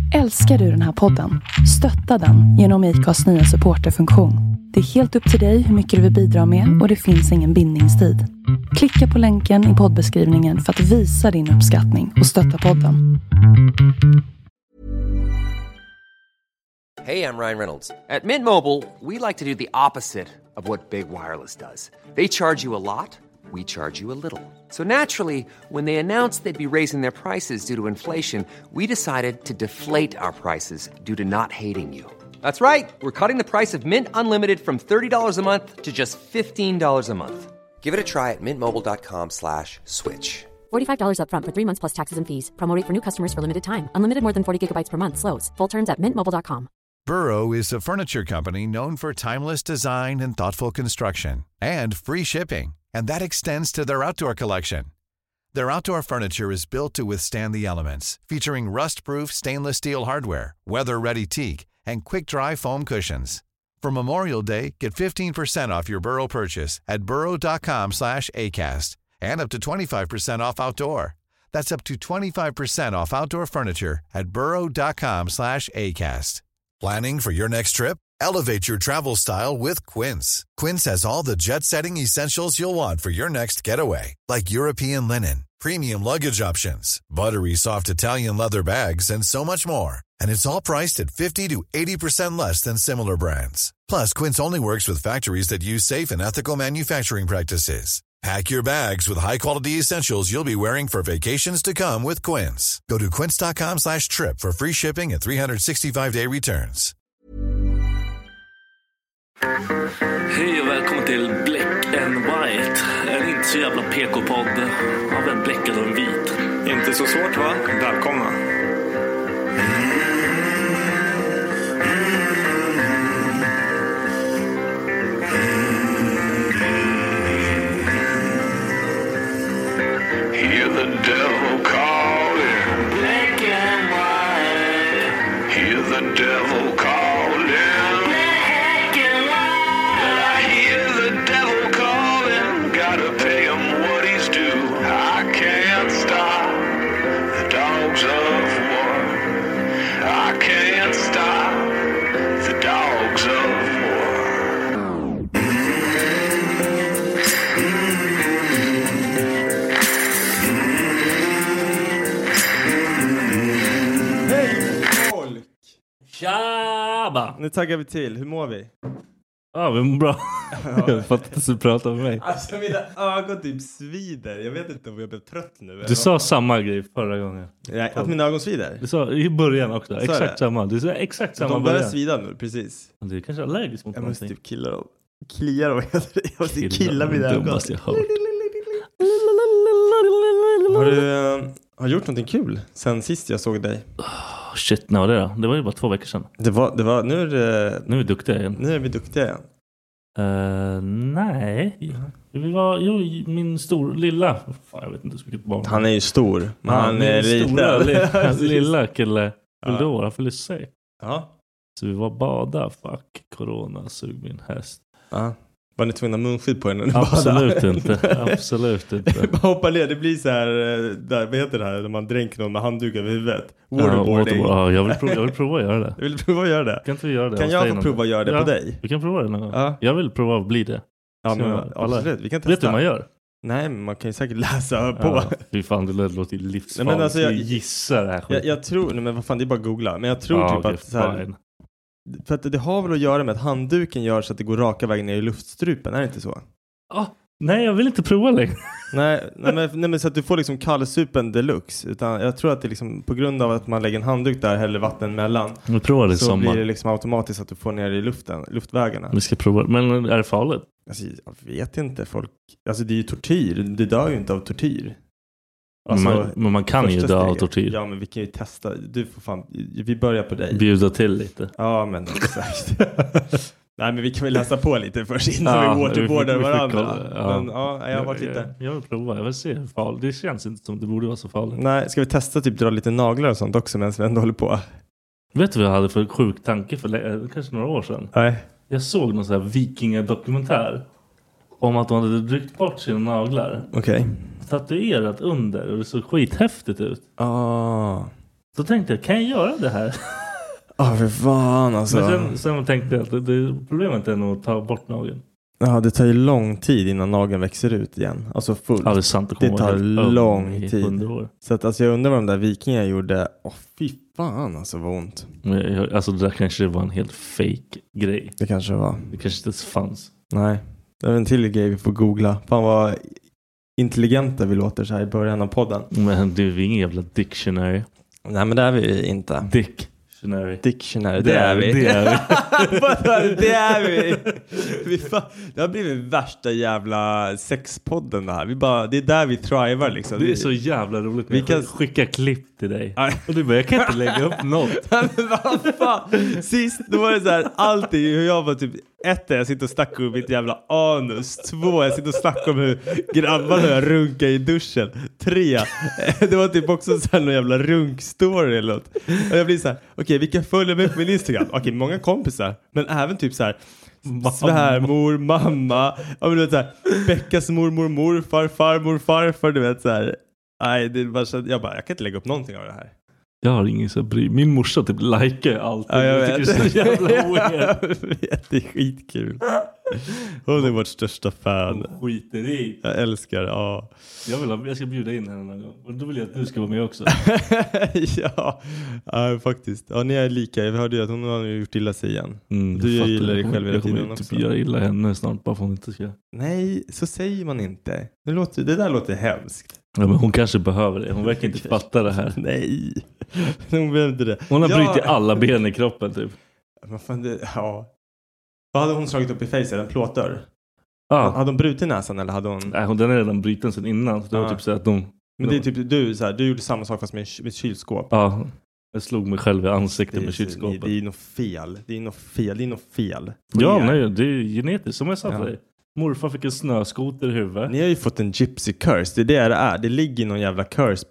Älskar du den här podden? Stötta den genom IKAs nya supporterfunktion. Det är helt upp till dig hur mycket du vill bidra med och det finns ingen bindningstid. Klicka på länken i poddbeskrivningen för att visa din uppskattning och stötta podden. Hey, I'm Ryan Reynolds. At Mint Mobile, we like to do the opposite of what Big Wireless does. They charge you a lot. We charge you a little. So naturally, when they announced they'd be raising their prices due to inflation, we decided to deflate our prices due to not hating you. That's right. We're cutting the price of Mint Unlimited from $30 a month to just $15 a month. Give it a try at mintmobile.com/switch. $45 up front for 3 months plus taxes and fees. Promo rate for new customers for limited time. Unlimited more than 40 gigabytes per month slows. Full terms at mintmobile.com. Burrow is a furniture company known for timeless design and thoughtful construction and free shipping. And that extends to their outdoor collection. Their outdoor furniture is built to withstand the elements, featuring rust-proof stainless steel hardware, weather-ready teak, and quick-dry foam cushions. For Memorial Day, get 15% off your Burrow purchase at burrow.com/acast, and up to 25% off outdoor. That's up to 25% off outdoor furniture at burrow.com/acast. Planning for your next trip? Elevate your travel style with Quince. Quince has all the jet-setting essentials you'll want for your next getaway, like European linen, premium luggage options, buttery soft Italian leather bags, and so much more. And it's all priced at 50 to 80% less than similar brands. Plus, Quince only works with factories that use safe and ethical manufacturing practices. Pack your bags with high-quality essentials you'll be wearing for vacations to come with Quince. Go to quince.com/trip for free shipping and 365-day returns. Hej och välkommen till Black and White. En inte så jävla PK-podd av en bläckad och en vit. Inte så svårt, va? Välkomna. Hear the devil calling. Black and white. Hear the devil calling. Black and white. I hear the devil calling. Gotta pay him what he's due. I can't stop the dogs of war. I can't stop the dogs of war. Tjaba! Nu taggar vi till. Hur mår vi? Ja, vi mår bra. Jag fattar inte så du pratar med mig. Alltså mina ögon typ svider. Jag vet inte om jag blev trött nu. Du sa samma grej förra gången. Ja, att mina ögon svider? Du sa i början också. Exakt samma. Du sa exakt samma. De börjar svida nu, precis. Du är kanske allergisk mot jag någonting. Jag måste typ killa dem. Klia dem. Jag måste killa mina ögon. Dummaste jag hört. Har du gjort någonting kul sen sist jag såg dig? Shit, när var det då? Det var ju bara 2 veckor sedan. Det var nu är vi duktiga igen. Nu är vi duktiga igen. Nej. Vi var min lilla. Fan, jag vet inte så mycket barn. Han är ju stor. Men han är liten. Lilla kille. Vill du vara för sig? Ja. Så vi var bada. Fuck, corona, sug min häst. Ja. Var ni tvungna munskydd på henne? Absolut inte. Absolut inte. Bara hoppa ner. Det blir så här, där, vad heter det här? När man dränker någon med handduk över huvudet. Waterboarding. Ja, jag vill prova att göra det. Jag vill prova att göra det. Kan inte vi göra det? Kan jag få prova att göra det på dig? Vi kan prova det någon gång. Ja. Jag vill prova att bli det. Ja, men absolut. Vi kan testa. Vet du vad man gör? Nej, men man kan ju säkert läsa på. Ja, fy fan, det låter livsfarligt. Men alltså, jag gissar det här skiten. Jag tror, nej men vad fan, det är bara att googla. Men jag tror typ att så här, för att det har väl att göra med att handduken gör så att det går raka vägen ner i luftstrupen, är det inte så? Nej, jag vill inte prova längre. nej, men så att du får liksom kallsupen deluxe. Utan jag tror att det är liksom på grund av att man lägger en handduk där, häller vatten mellan. Vi provar det så blir det liksom automatiskt att du får ner i luftvägarna. Vi ska prova. Men är det farligt? Alltså, jag vet inte. Alltså det är ju tortyr. Du dör ju inte av tortyr. Alltså, men man kan ju dö av tortyr. Ja, men vi kan ju testa. Du får fan, vi börjar på dig. Bjuda till lite. Ja, men exakt. Nej, men vi kan väl läsa på lite först innan vi waterboardar varandra. Men jag har varit lite. Jag vill prova, jag vill se hur farligt. Det känns inte som det borde vara så farligt. Nej, ska vi testa typ dra lite naglar och sånt också medan vi ändå håller på? Vet du vad jag hade för sjuk tanke för kanske några år sedan? Nej. Jag såg någon sån här vikingadokumentär om att de hade ryckt bort sina naglar. Okej. Tatuerat under och det såg skithäftigt ut. Så tänkte jag, kan jag göra det här? För fan alltså. Men sen tänkte jag att problemet är nog att ta bort nageln. Ja, det tar ju lång tid innan nageln växer ut igen. Alltså fullt. Ja, det är sant. Det tar lång tid. 100 år. Så att, alltså, jag undrar vad de där vikingarna gjorde. Fy fan alltså, vad ont. Alltså det där kanske var en helt fake grej. Det kanske var. Det kanske inte fanns. Nej, det är en till grej vi får googla. Fan vad intelligenta vi låter så här i början av podden. Men det är ingen jävla dictionary. Nej, men det är vi inte. Dictionary. Det är vi. Det är vi. Det har blivit värsta jävla sexpodden det här. Det är där vi thrivar liksom. Det är så jävla roligt. Vi kan skicka klipp till dig. Och du bara, jag kan inte lägga upp något. Men vad fan. Sist då var det så här, alltid hur jag var typ 1, jag sitter och snackar om mitt jävla anus. 2, jag sitter och snackar om hur grabbarna runkar i duschen. 3, det var typ också så här någon jävla runkstory eller något. Och jag blir så här, okej, vilka följer mig på min Instagram? Okej, många kompisar, men även typ så här svärmor, mamma, ja men du vet så här, Beckas mormor, morfar, farmor, farfar, du vet så här. Nej, det var så, jag kan inte lägga upp någonting av det här. Jag har ingen så bry. Min morsa typ likar allt. Ja, jag vet. Det är så jävla weird. Det är skitkul. Hon är vårt största fan. Skiter i. Jag älskar, ja. Jag ska bjuda in henne någon gång. Och då vill jag att du ska vara med också. Ja, faktiskt. Ja, ni är lika. Jag hörde ju att hon har gjort illa sig igen. Du gillar dig själv hela tiden också. Jag kommer göra illa henne snart, bara för hon inte ska. Nej, så säger man inte. Det där låter hemskt. Ja, men hon kanske behöver det. Hon verkar inte fatta det här. Nej, hon behöver inte det. Hon har brutit alla ben i kroppen typ. Vad fan det, ja. Vad hade hon slagit upp i face? En plåtdörr? Ja. Hade hon brutit näsan eller hade hon... Nej, den är redan bruten sedan innan. Så det var typ så att de... Men det är typ du, så här, du gjorde samma sak fast med kylskåp. Ja, jag slog mig själv i ansiktet med kylskåpet. Det är nog fel. Det är nog fel. Ja, nej, det är genetiskt som jag sa till dig. Morfar fick en snöskoter i huvudet. Ni har ju fått en gypsy curse. Det är det är. Det ligger någon jävla curse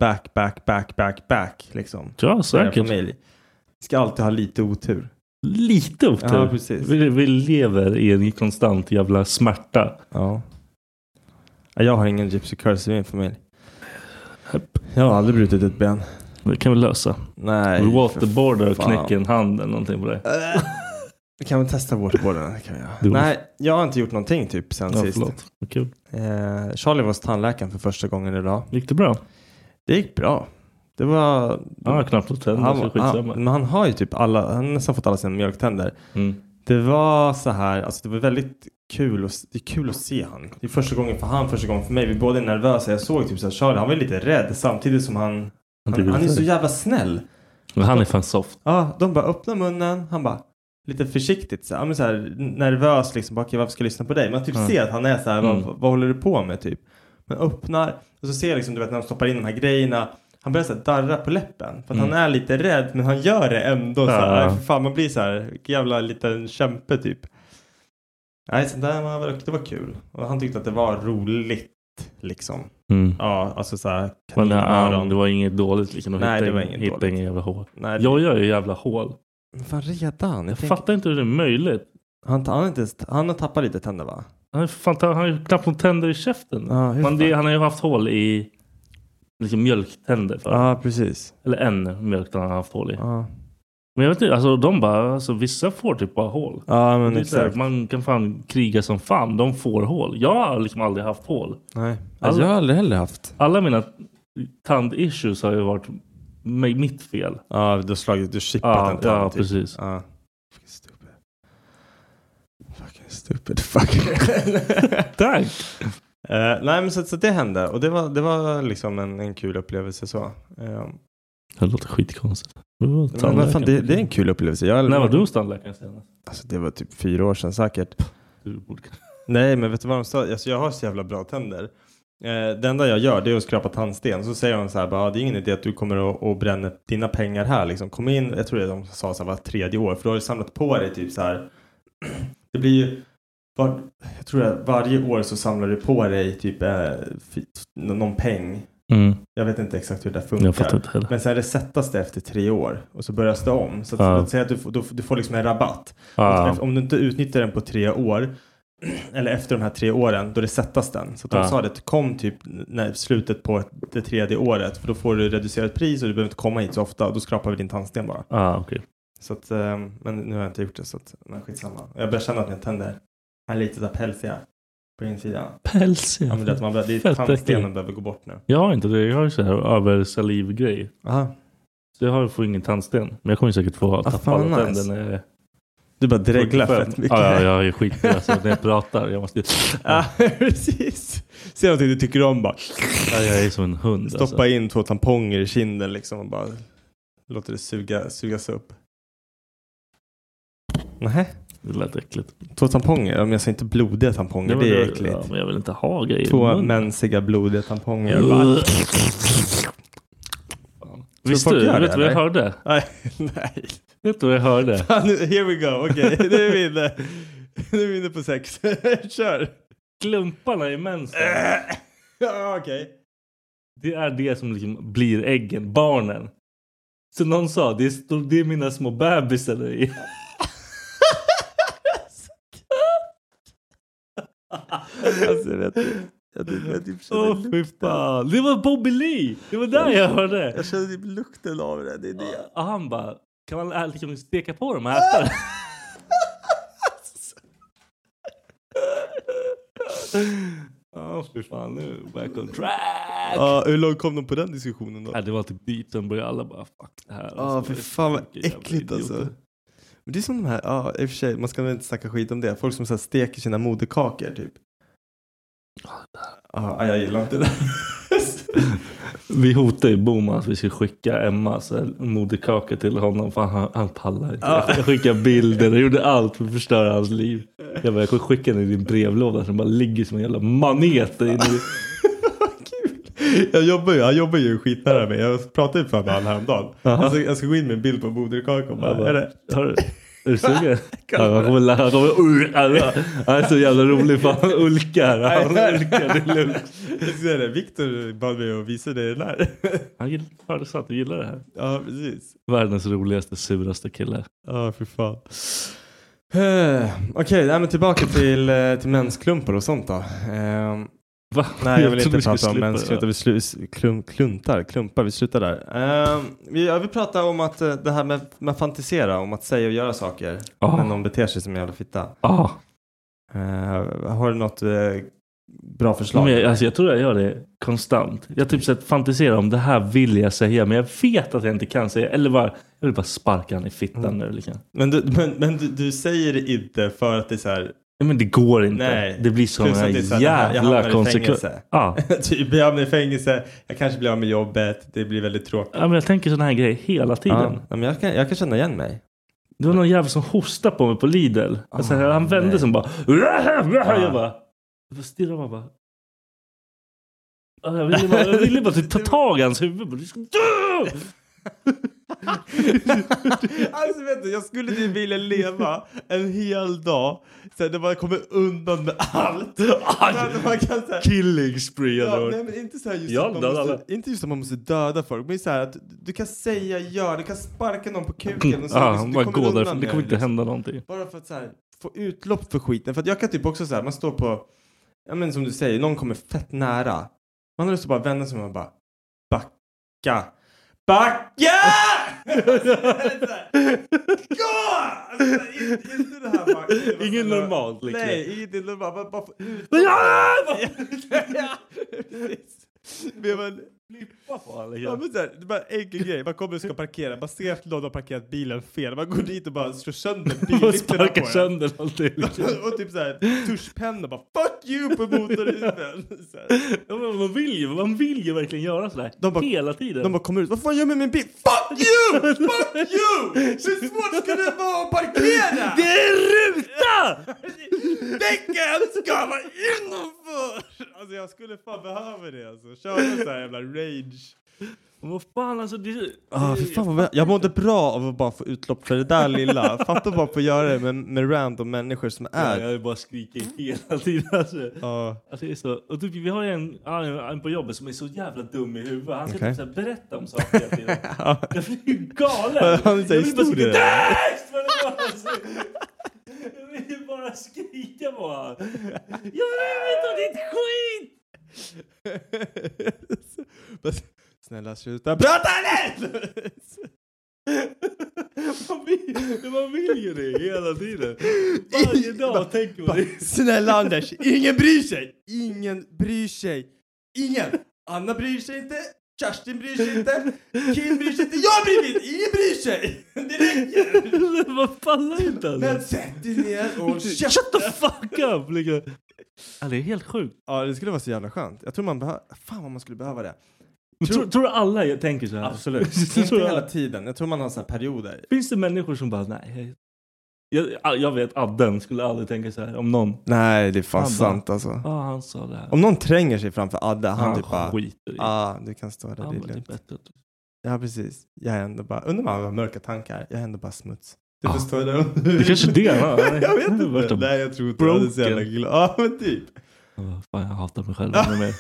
back liksom. Ja, säkert. Vi ska alltid ha lite otur. Lite otur? Ja, precis. Vi lever i en konstant jävla smärta. Ja. Jag har ingen gypsy curse i min familj. Jag har aldrig brutit ett ben. Det kan vi lösa. Nej. Vi waterboardar och knäcker en hand eller någonting på det. Vi kan väl testa waterboarden. Nej, jag har inte gjort någonting typ sen sist. Förlåt. Vad kul. Charlie var hos tandläkaren för första gången idag. Gick det bra? Det gick bra. Det var... Han har knappt fått tänder. Men han har ju typ han har nästan fått alla sina mjölktänder. Det var så här, alltså det var väldigt kul. Det är kul att se han. Det är första gången för mig. Vi båda är nervösa. Jag såg typ så här, Charlie, han var lite rädd samtidigt som han är så jävla snäll. Men han är fan soft. Ja, de bara öppnar munnen. Han bara lite försiktigt så här nervös liksom. Okej, varför ska jag lyssna på dig? Man typ ser att han är så här, vad håller du på med typ? Men öppnar och så ser jag liksom, du vet, när de stoppar in de här grejerna. Han börjar så här darra på läppen. För att han är lite rädd, men han gör det ändå så här. Fan, man blir så här jävla liten kämpe typ. Nej, så där det var kul. Och han tyckte att det var roligt liksom. Ja, alltså så här. Men det var inget dåligt liksom. Nej, det var inget dåligt. Ingen jävla hål. Nej, jag gör ju jävla hål. Men fan redan? Jag fattar inte hur det är möjligt. Han har tappat lite tänder, va? Han har ju knappt någon tänder i käften. Han har ju haft hål i liksom mjölktänder för. Ja, precis. Eller en mjölk han har haft hål i. Ja. Men jag vet inte, alltså de bara, alltså vissa får typ bara hål. Ja, men det är exakt. där, man kan fan kriga som fan, de får hål. Jag har liksom aldrig haft hål. Nej, alltså, jag har aldrig heller haft. Alla mina tandissues har ju varit mitt fel. Ja, du har chippat en tand. Ja, typ. Precis. Ja. Fucking stupid. Tack. Nej, men så det hände. Och det var liksom en kul upplevelse så. Det låter skitkonstigt. Men fan, det är en kul upplevelse. När var du hos tandläkaren senast? Alltså det var typ 4 år sedan säkert. Nej, men vet du vad de sa? Alltså, jag har så jävla bra tänder. Det enda jag gör, det är att skrapa tandsten. Så säger de så här, bara, det är ingen idé att du kommer att bränna dina pengar här liksom. Kom in, jag tror det de sa så här, var 3:e år. För då har du samlat på dig typ så här. Det blir ju jag tror att varje år så samlar du på dig typ någon peng. Jag vet inte exakt hur det funkar. Men sen resettas det efter 3 år. Och så börjas det om. Så att säga att du får liksom en rabatt. Om du inte utnyttjar den på 3 år. eller efter de här 3 åren då det sättas den. Så att de sa att det kom typ när slutet på det 3:e året, för då får du reducerat pris och du behöver inte komma hit så ofta, och då skrapar vi din tandsten bara. Okej. Så att, men nu har jag inte gjort det, så att, men skitsamma. Jag börjar känna att mina tänder är lite så pälsiga på insidan. Pälsiga? Ja, men det är tandstenen behöver gå bort nu. Jag har inte det, jag har ju så här översalivgrej. Aha. Så jag får ingen tandsten. Men jag kommer säkert få tappa alla tänder. Du bara dreglar fett mycket. Ja, jag är skit alltså, när jag pratar. Jag måste... Ja, precis. Se någonting du tycker om bara. Ja, jag är som en hund. Stoppa in 2 tamponger i kinden liksom och bara låter det sugas upp. Nej. Det lät äckligt. 2 tamponger? Men jag säger inte blodiga tamponger, det är äckligt. Ja, men jag vill inte ha grejer. 2 mänsiga blodiga tamponger. Visst du, vet du vad jag hörde? Nej. Vet du vad jag hörde? Here we go, okej. Nu är vi inne på sex. Kör. Klumparna i mensen. Ja, okej. Det är det som liksom blir äggen, barnen. Så någon sa, det är mina små bebisar där i. Alltså jag vet fy fan. Det var Bobby Lee. Det var där jag hörde. Jag kände typ lukten av det. Det är det. Och han bara, kan man liksom steka på dem och äta? Fy fan, nu back on track. Hur långt kom de på den diskussionen då? Det var typ dit som började alla bara, fuck det här. För fan vad äckligt alltså. Men det är som de här, i och för sig, man ska väl inte snacka skit om det. Folk som så här steker sina moderkakor typ. Jag gillar inte det. Vi hotar ju Boman att vi ska skicka Emmas moderkaka till honom, för han pallar inte. Jag skickade bilder och gjorde allt för att förstöra hans liv. Jag skickade den i din brevlåda som bara ligger som en jävla manet inne i. Han jobbar ju skitnära mig. Jag pratade ju för mig han häromdagen. Alltså, jag ska gå in med en bild på moderkaka och bara, är du sugen? Han är så jävla rolig för han ulkar. Det är lugnt. Jag ser det. Victor bad mig att visa dig den här. Han hörde så att du gillar det här. Ja, precis. Världens roligaste, suraste kille. Ja, för fan. Okej, men tillbaka till mensklumpar och sånt då. Va? Nej, jag vill inte prata om klumpar, vi slutar där. Jag vill prata om att det här med fantisera, om att säga och göra saker när någon beter sig som en jävla fitta. Har du något bra förslag? Jag tror jag gör det konstant. Jag typ sett fantisera om det här vill jag säga, men jag vet att jag inte kan säga, eller jag vill bara sparka han i fittan nu liksom. Men du säger det inte för att det är så här. Men det går inte. Nej. Det blir såna jävla konsekvenser. Typ jag hamnar i fängelse. Jag kanske blir av med jobbet. Det blir väldigt tråkigt. Ja, men jag tänker såna här grejer hela tiden. Ja, men jag kan känna igen mig. Det var någon jävel som hostade på mig på Lidl. Alltså, han vände som bara. Jag bara stirrar man bara. Jag ville bara ta tag i hans huvud. Du ska dö! Alltså vet du, jag skulle inte vilja leva en hel dag så där man kommer undan med allt. Man kan så här, killing spree. Nej, men inte så här just att man måste döda folk, men så här att du kan säga du kan sparka någon på kuken och så bara gå där, det kommer inte hända någonting. Bara för att så här, få utlopp för skiten. För att jag kan typ också så här, man står på, ja men som du säger, någon kommer fett nära. Man har lust att bara vända sig och bara backa! Gå! Alltså, inte det här backa. Ingen normalt liksom. Nej, inte normalt. Bara få ut. Flippa på alla. Ja, men så här, det är bara en enkel grej. Man kommer och ska parkera. Man ser att någon har parkerat bilen fel. Man går dit och bara slår sönder bilen. Och sparkar sönder någonting. Och typ så här tuschpenna bara fuck you på motorhuven. Ja, man vill ju verkligen göra sådär. Hela tiden. De bara kommer ut. Vad fan gör jag med min bil? Fuck you! Fuck you! Hur svårt ska det vara att parkera? Det är ruta! Däcken ska vara innanför! Alltså jag skulle fan behöva det alltså. Köra så här jävla rage. Vad fan alltså det... Jag mår inte bra av att bara få utlopp för det där lilla. Fatta bara på att göra det med random människor som är. Jag vill bara skrika hela tiden alltså. Alltså det är så. Och typ, vi har en på jobbet som är så jävla dum i huvudet. Han ska typ så här berätta om saker hela tiden. Jag blir galen. Han säger historier. Jag vill bara skrika skrika på han. Jag vill inte ha ditt skit! Snälla sluta prata eller? Man vill ju det hela tiden. Varje dag tänker man det. Snälla Anders, ingen bryr sig. Ingen bryr sig. Ingen. Anna bryr sig inte. Kerstin bryr sig inte. Kim bryr sig inte. Jag bryr mig inte. Ingen bryr sig. Det räcker. Man pallar inte alltså. Men sätt dig ner och shut the fuck up. Ja, det är helt sjukt. Ja, det skulle vara så jävla skönt. Jag tror man behöver... Fan vad man skulle behöva det. Tror du alla tänker så här? Absolut. Inte hela tiden. Jag tror man har såna här perioder. Finns det människor som bara, nej. Jag vet att den skulle aldrig tänka så här om någon. Nej, det är fan sant alltså. Ja, han sa det här. Om någon tränger sig framför Adde, han typ bara... skiter i. Ja, du kan stå där. Ja, det är men lugnt. det är bättre. Ja, precis. Jag är ändå bara... Undrar man har mörka tankar. Jag är ändå bara smuts. Du förstår det. Det kanske det är. Jag vet inte. Nej, jag tror inte. Jag är så jävla glad. Ja, men typ. Fan, jag hatar mig själv ännu mer.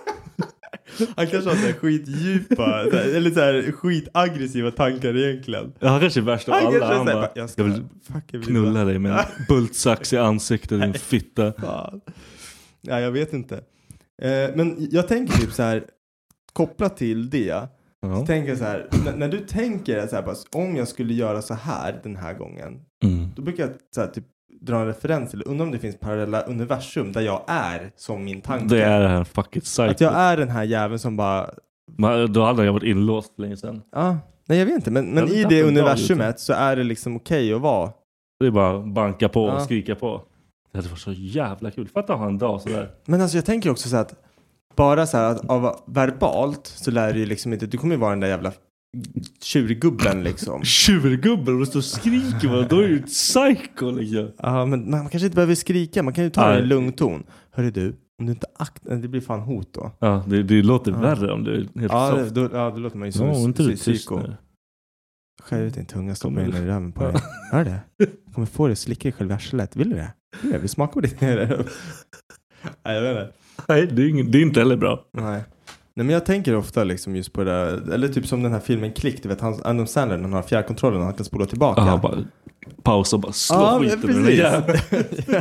Han kanske har så här skitdjupa eller så här skitaggressiva tankar egentligen. Ja, han kanske är värst av alla. Han bara, jag vill knulla dig med en bultsax i ansiktet, din fitta. Fan. Ja, jag vet inte. Men jag tänker typ så här, kopplat till det. Så tänker jag så här, när du tänker så här, bara, om jag skulle göra så här den här gången. Då brukar jag så här, typ dra en referens till, undrar om det finns parallella universum där jag är som min tanke. Det är det här fucking psycho. Att jag är den här jäveln som bara... Då hade jag varit inlåst för länge sedan. Ja, nej jag vet inte. Men i det universumet så är det liksom okej att vara. Det är bara banka på och skrika på. Det hade varit så jävla kul. Fatta ha en dag sådär. Men alltså jag tänker också så att bara så här att av verbalt så lär det ju liksom inte, du kommer ju vara den där jävla tjurgubben liksom. Tjurgubben? Du står och skriker, då är du ett psycho liksom. Ja, men man kanske inte behöver skrika. Man kan ju ta det i lugn ton. Hörru du, om du inte det blir fan hot då. Ja, det låter värre om du är helt soft. Det låter man ju som psyko. Skär ut din tunga, stoppa in i röven på dig. Hör det? Jag kommer få dig att slicka dig själv i arslet. Vill du det? Ja, vi smakar på ditt nere. Nej, jag vet inte. Nej, det är inte heller bra. Nej, men jag tänker ofta liksom just på det där, eller typ som den här filmen Klick, du vet Adam Sandler, han har fjärrkontrollen och han kan spola tillbaka. Ja, bara pausa och bara slå skiten ur det.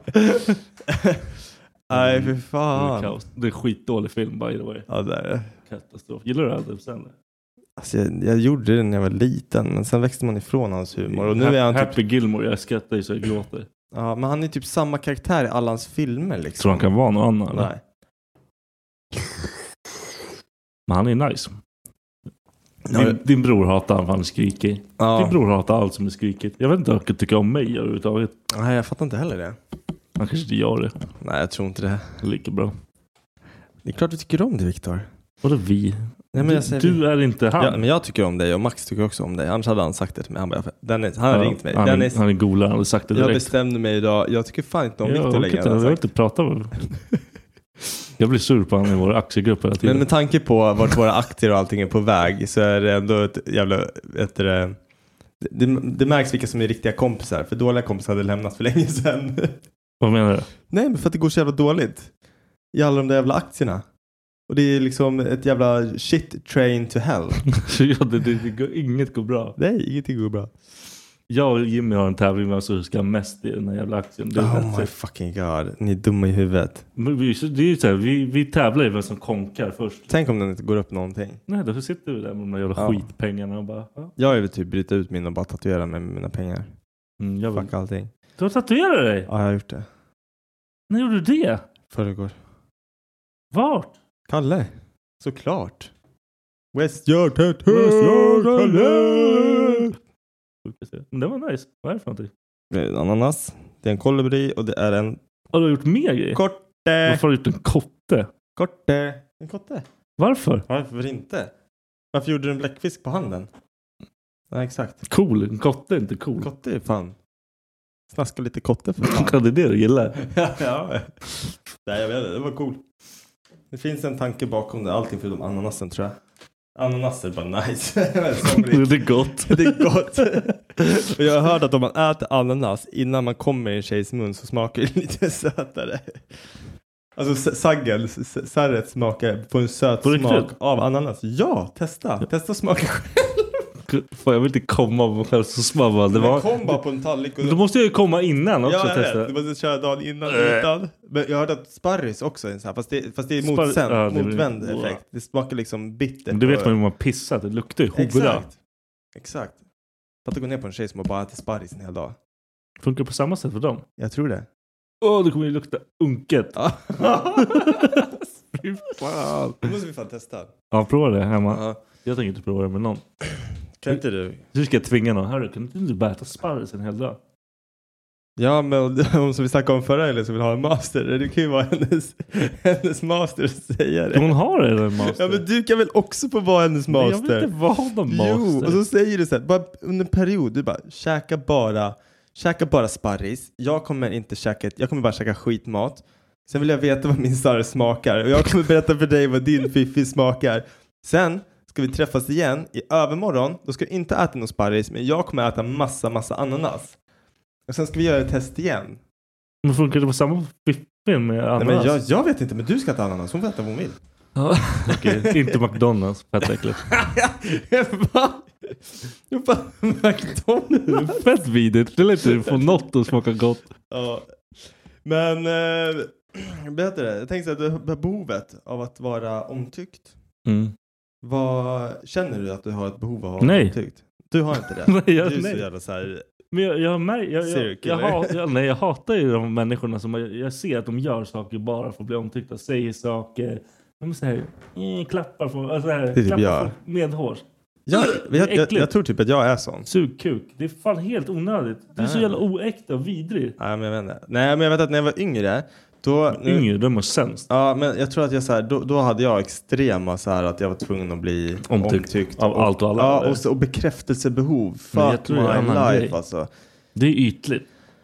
Nej, för fan. Det är skitdålig film, by the way. Ja, det är det. Katastrof. Gillar du Adam Sandler? Alltså jag gjorde det när jag var liten, men sen växte man ifrån hans humor. Och nu är han Happy Gilmore, jag skrattar ju så jag gråter. Ja, men han är typ samma karaktär i alla hans filmer liksom. Tror han kan vara någon annan? Eller? Nej. Men han är nice. Din bror hatar han för han skriker. Ja. Din bror hatar allt som är skrikigt. Jag vet inte om han tycker om mig överhuvudtaget. Nej, jag fattar inte heller det. Han kanske inte gör det. Nej, jag tror inte det. Det är lika bra. Det är klart du tycker om det, Viktor. Vadå vi? Nej, men du är inte han. Ja, men jag tycker om dig och Max tycker också om dig. Annars hade han sagt det till mig. Han har ringt mig. Han är golare, han hade sagt det direkt. Jag bestämde mig idag. Jag tycker fan inte om Viktor längre. Jag vill inte prata med Jag blir sur på honom i vår aktiegrupp hela tiden. Men med tanke på vart våra aktier och allting är på väg så är det ändå ett jävla... Det märks vilka som är riktiga kompisar. För dåliga kompisar hade lämnat för länge sedan. Vad menar du? Nej, men för att det går så jävla dåligt. I alla de där jävla aktierna. Och det är liksom ett jävla shit train to hell. Inget går bra. Nej, ingenting går bra. Jag och Jimmy har en tävling med så ska mest i den här jävla aktien. Oh my fucking god. Ni är dumma i huvudet. Men det är ju så här, vi tävlar ju vem som konkar först. Tänk om den inte går upp någonting. Nej, då sitter vi där med de där jävla skitpengarna och bara... Ja. Jag vill typ bryta ut min och bara tatuera med mina pengar. Fuck allting. Du har tatuerat dig? Ja, jag har gjort det. När gjorde du det? Förrgår. Vart? Kalle. Såklart. West Yard Tattoo. Kalle. Men det var nice. Vad är det för någonting? Det är en ananas. Det är en kolibri och det är en... Har du gjort mer grejer? Korte. Varför har du gjort en kotte? Korte. En kotte. Varför? Varför inte? Varför gjorde du en bläckfisk på handen? Nej, exakt. Cool. En kotte är inte cool. Kotte är fan. Snaska lite kotte för fan. Ja, det är det du gillar. Ja. Nej, jag vet det. Det var cool. Det finns en tanke bakom det. Allting förutom ananasen, tror jag. Ananas är bara nice. Det är gott. Det är gott. Och jag har hört att om man äter ananas innan man kommer i en tjejs mun så smakar det lite sötare. Alltså sarret smakar på en söt smak av ananas. Ja, testa. Testa smaka själv. Fan, jag vill inte komma av mig själv så smabba. Det var... Kom bara på en tallrik. Och... Då måste jag ju komma innan också. Ja, jag vet. Du måste köra dagen innan utan. Men jag har hört att sparris också är en sån här. Fast det är motvänd effekt. Det smakar liksom bitter. Det vet man ju man pissar. Det luktar ju hora. Exakt. För att gå ner på en tjej som har bara ätit sparris en hel dag. Funkar på samma sätt för dem? Jag tror det. Det kommer ju lukta unket. Fy fan. Det måste vi fan testa. Ja, prova det hemma. Jag tänker inte prova det med någon. Kan inte du? Hur ska jag tvinga någon? Hörru, kan inte du bara äta sparris en hel dag? Ja, men om som vi snackade om förra eller så vill ha en master. Det kan ju vara hennes master att säga det. Hon har en master. Ja, men du kan väl också få vara hennes master. Jag vill inte vara någon master. Jo, och så säger du så här, bara under en period, du bara, käka bara sparris. Jag kommer bara käka skitmat. Sen vill jag veta vad min sarr smakar. Och jag kommer berätta för dig vad din fiffi smakar. Sen ska vi träffas igen i övermorgon. Då ska jag inte äta någon sparris, men jag kommer äta massa ananas. Och sen ska vi göra ett test igen. Men funkar det på samma fiffi med ananas? Nej, men jag vet inte, men du ska äta ananas. Hon får äta vad hon vill. Ja, okej. Inte McDonald's. Fett äckligt. McDonald's? Fett vidigt. Det är inte få något att smaka gott. Ja. Men berätta det. Jag tänkte att du har behovet av att vara omtyckt. Vad känner du att du har ett behov av att vara omtyckt? Du har inte det. Nej, du är så jävla så här. Men jag hatar ju de människorna som jag ser att de gör saker bara för att bli omtyckta. Säger saker. De säger klappar för medhårs. Jag tror typ att jag är sån. Sugkuk. Det är fan helt onödigt. Du är så jävla oäkta och vidrig. Nej, men jag vet inte. Nej, men jag vet att när jag var yngre yngre, de var sämst. Ja, men jag tror att jag så här, då hade jag extrema så här att jag var tvungen att bli omtyckt av allt och alla. Ja, och bekräftelsebehov. Fuck my life alltså. Det är ytligt.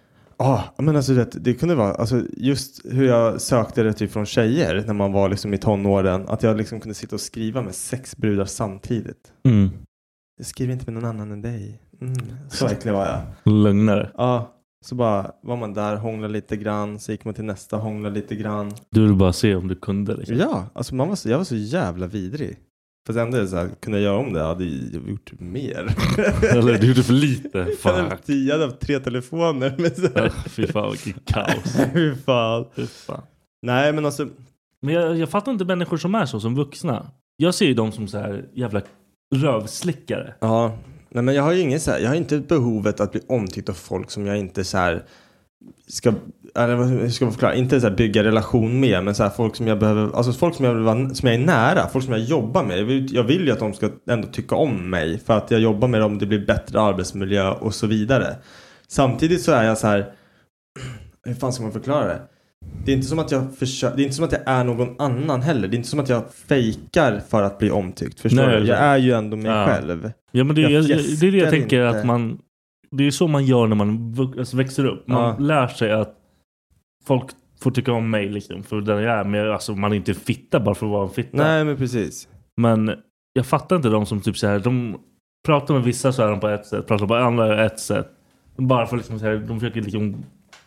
Men alltså det kunde vara alltså just hur jag sökte det typ från tjejer när man var liksom i tonåren, att jag liksom kunde sitta och skriva med 6 brudar samtidigt. Jag skriver inte med någon annan än dig. Så äcklig var jag. Lögnare. Ja. Så bara var man där, hångla lite grann. Så gick man till nästa, hångla lite grann. Du ville bara se om du kunde liksom. Ja, alltså jag var så jävla vidrig. Fast ändå är det så här, kunde jag göra om det hade jag gjort mer. Eller du gjorde för lite. Fuck. Jag hade haft 3 telefoner. Med så här. Fy fan, vilken kaos. Fy fan. Nej, men alltså. Men jag fattar inte människor som är så, som vuxna. Jag ser ju dem som så här jävla rövslickare. Ja. Nej, men jag har ju ingen så här, jag har inte behovet att bli omtyckt av folk som jag inte så här ska förklara, inte så här bygga relation med, men så här folk som jag behöver, alltså folk som jag är nära, folk som jag jobbar med. Jag vill ju att de ska ändå tycka om mig för att jag jobbar med dem, det blir bättre arbetsmiljö och så vidare. Samtidigt så är jag så här, hur fan ska man förklara det? Det är inte som att det är inte som att jag är någon annan heller. Det är inte som att jag fejkar för att bli omtyckt. Förstår du? Jag är ju ändå mig själv. Ja, men det är det jag tänker inte. Att man, det är så man gör när man växer upp. Man lär sig att folk får tycka om mig liksom, för den jag är. Men alltså, man är inte fitta bara för att vara en fitta. Nej, men precis. Men jag fattar inte de som typ så här, de pratar med vissa så här på ett sätt, pratar med andra ett sätt. Bara för liksom så här, de försöker liksom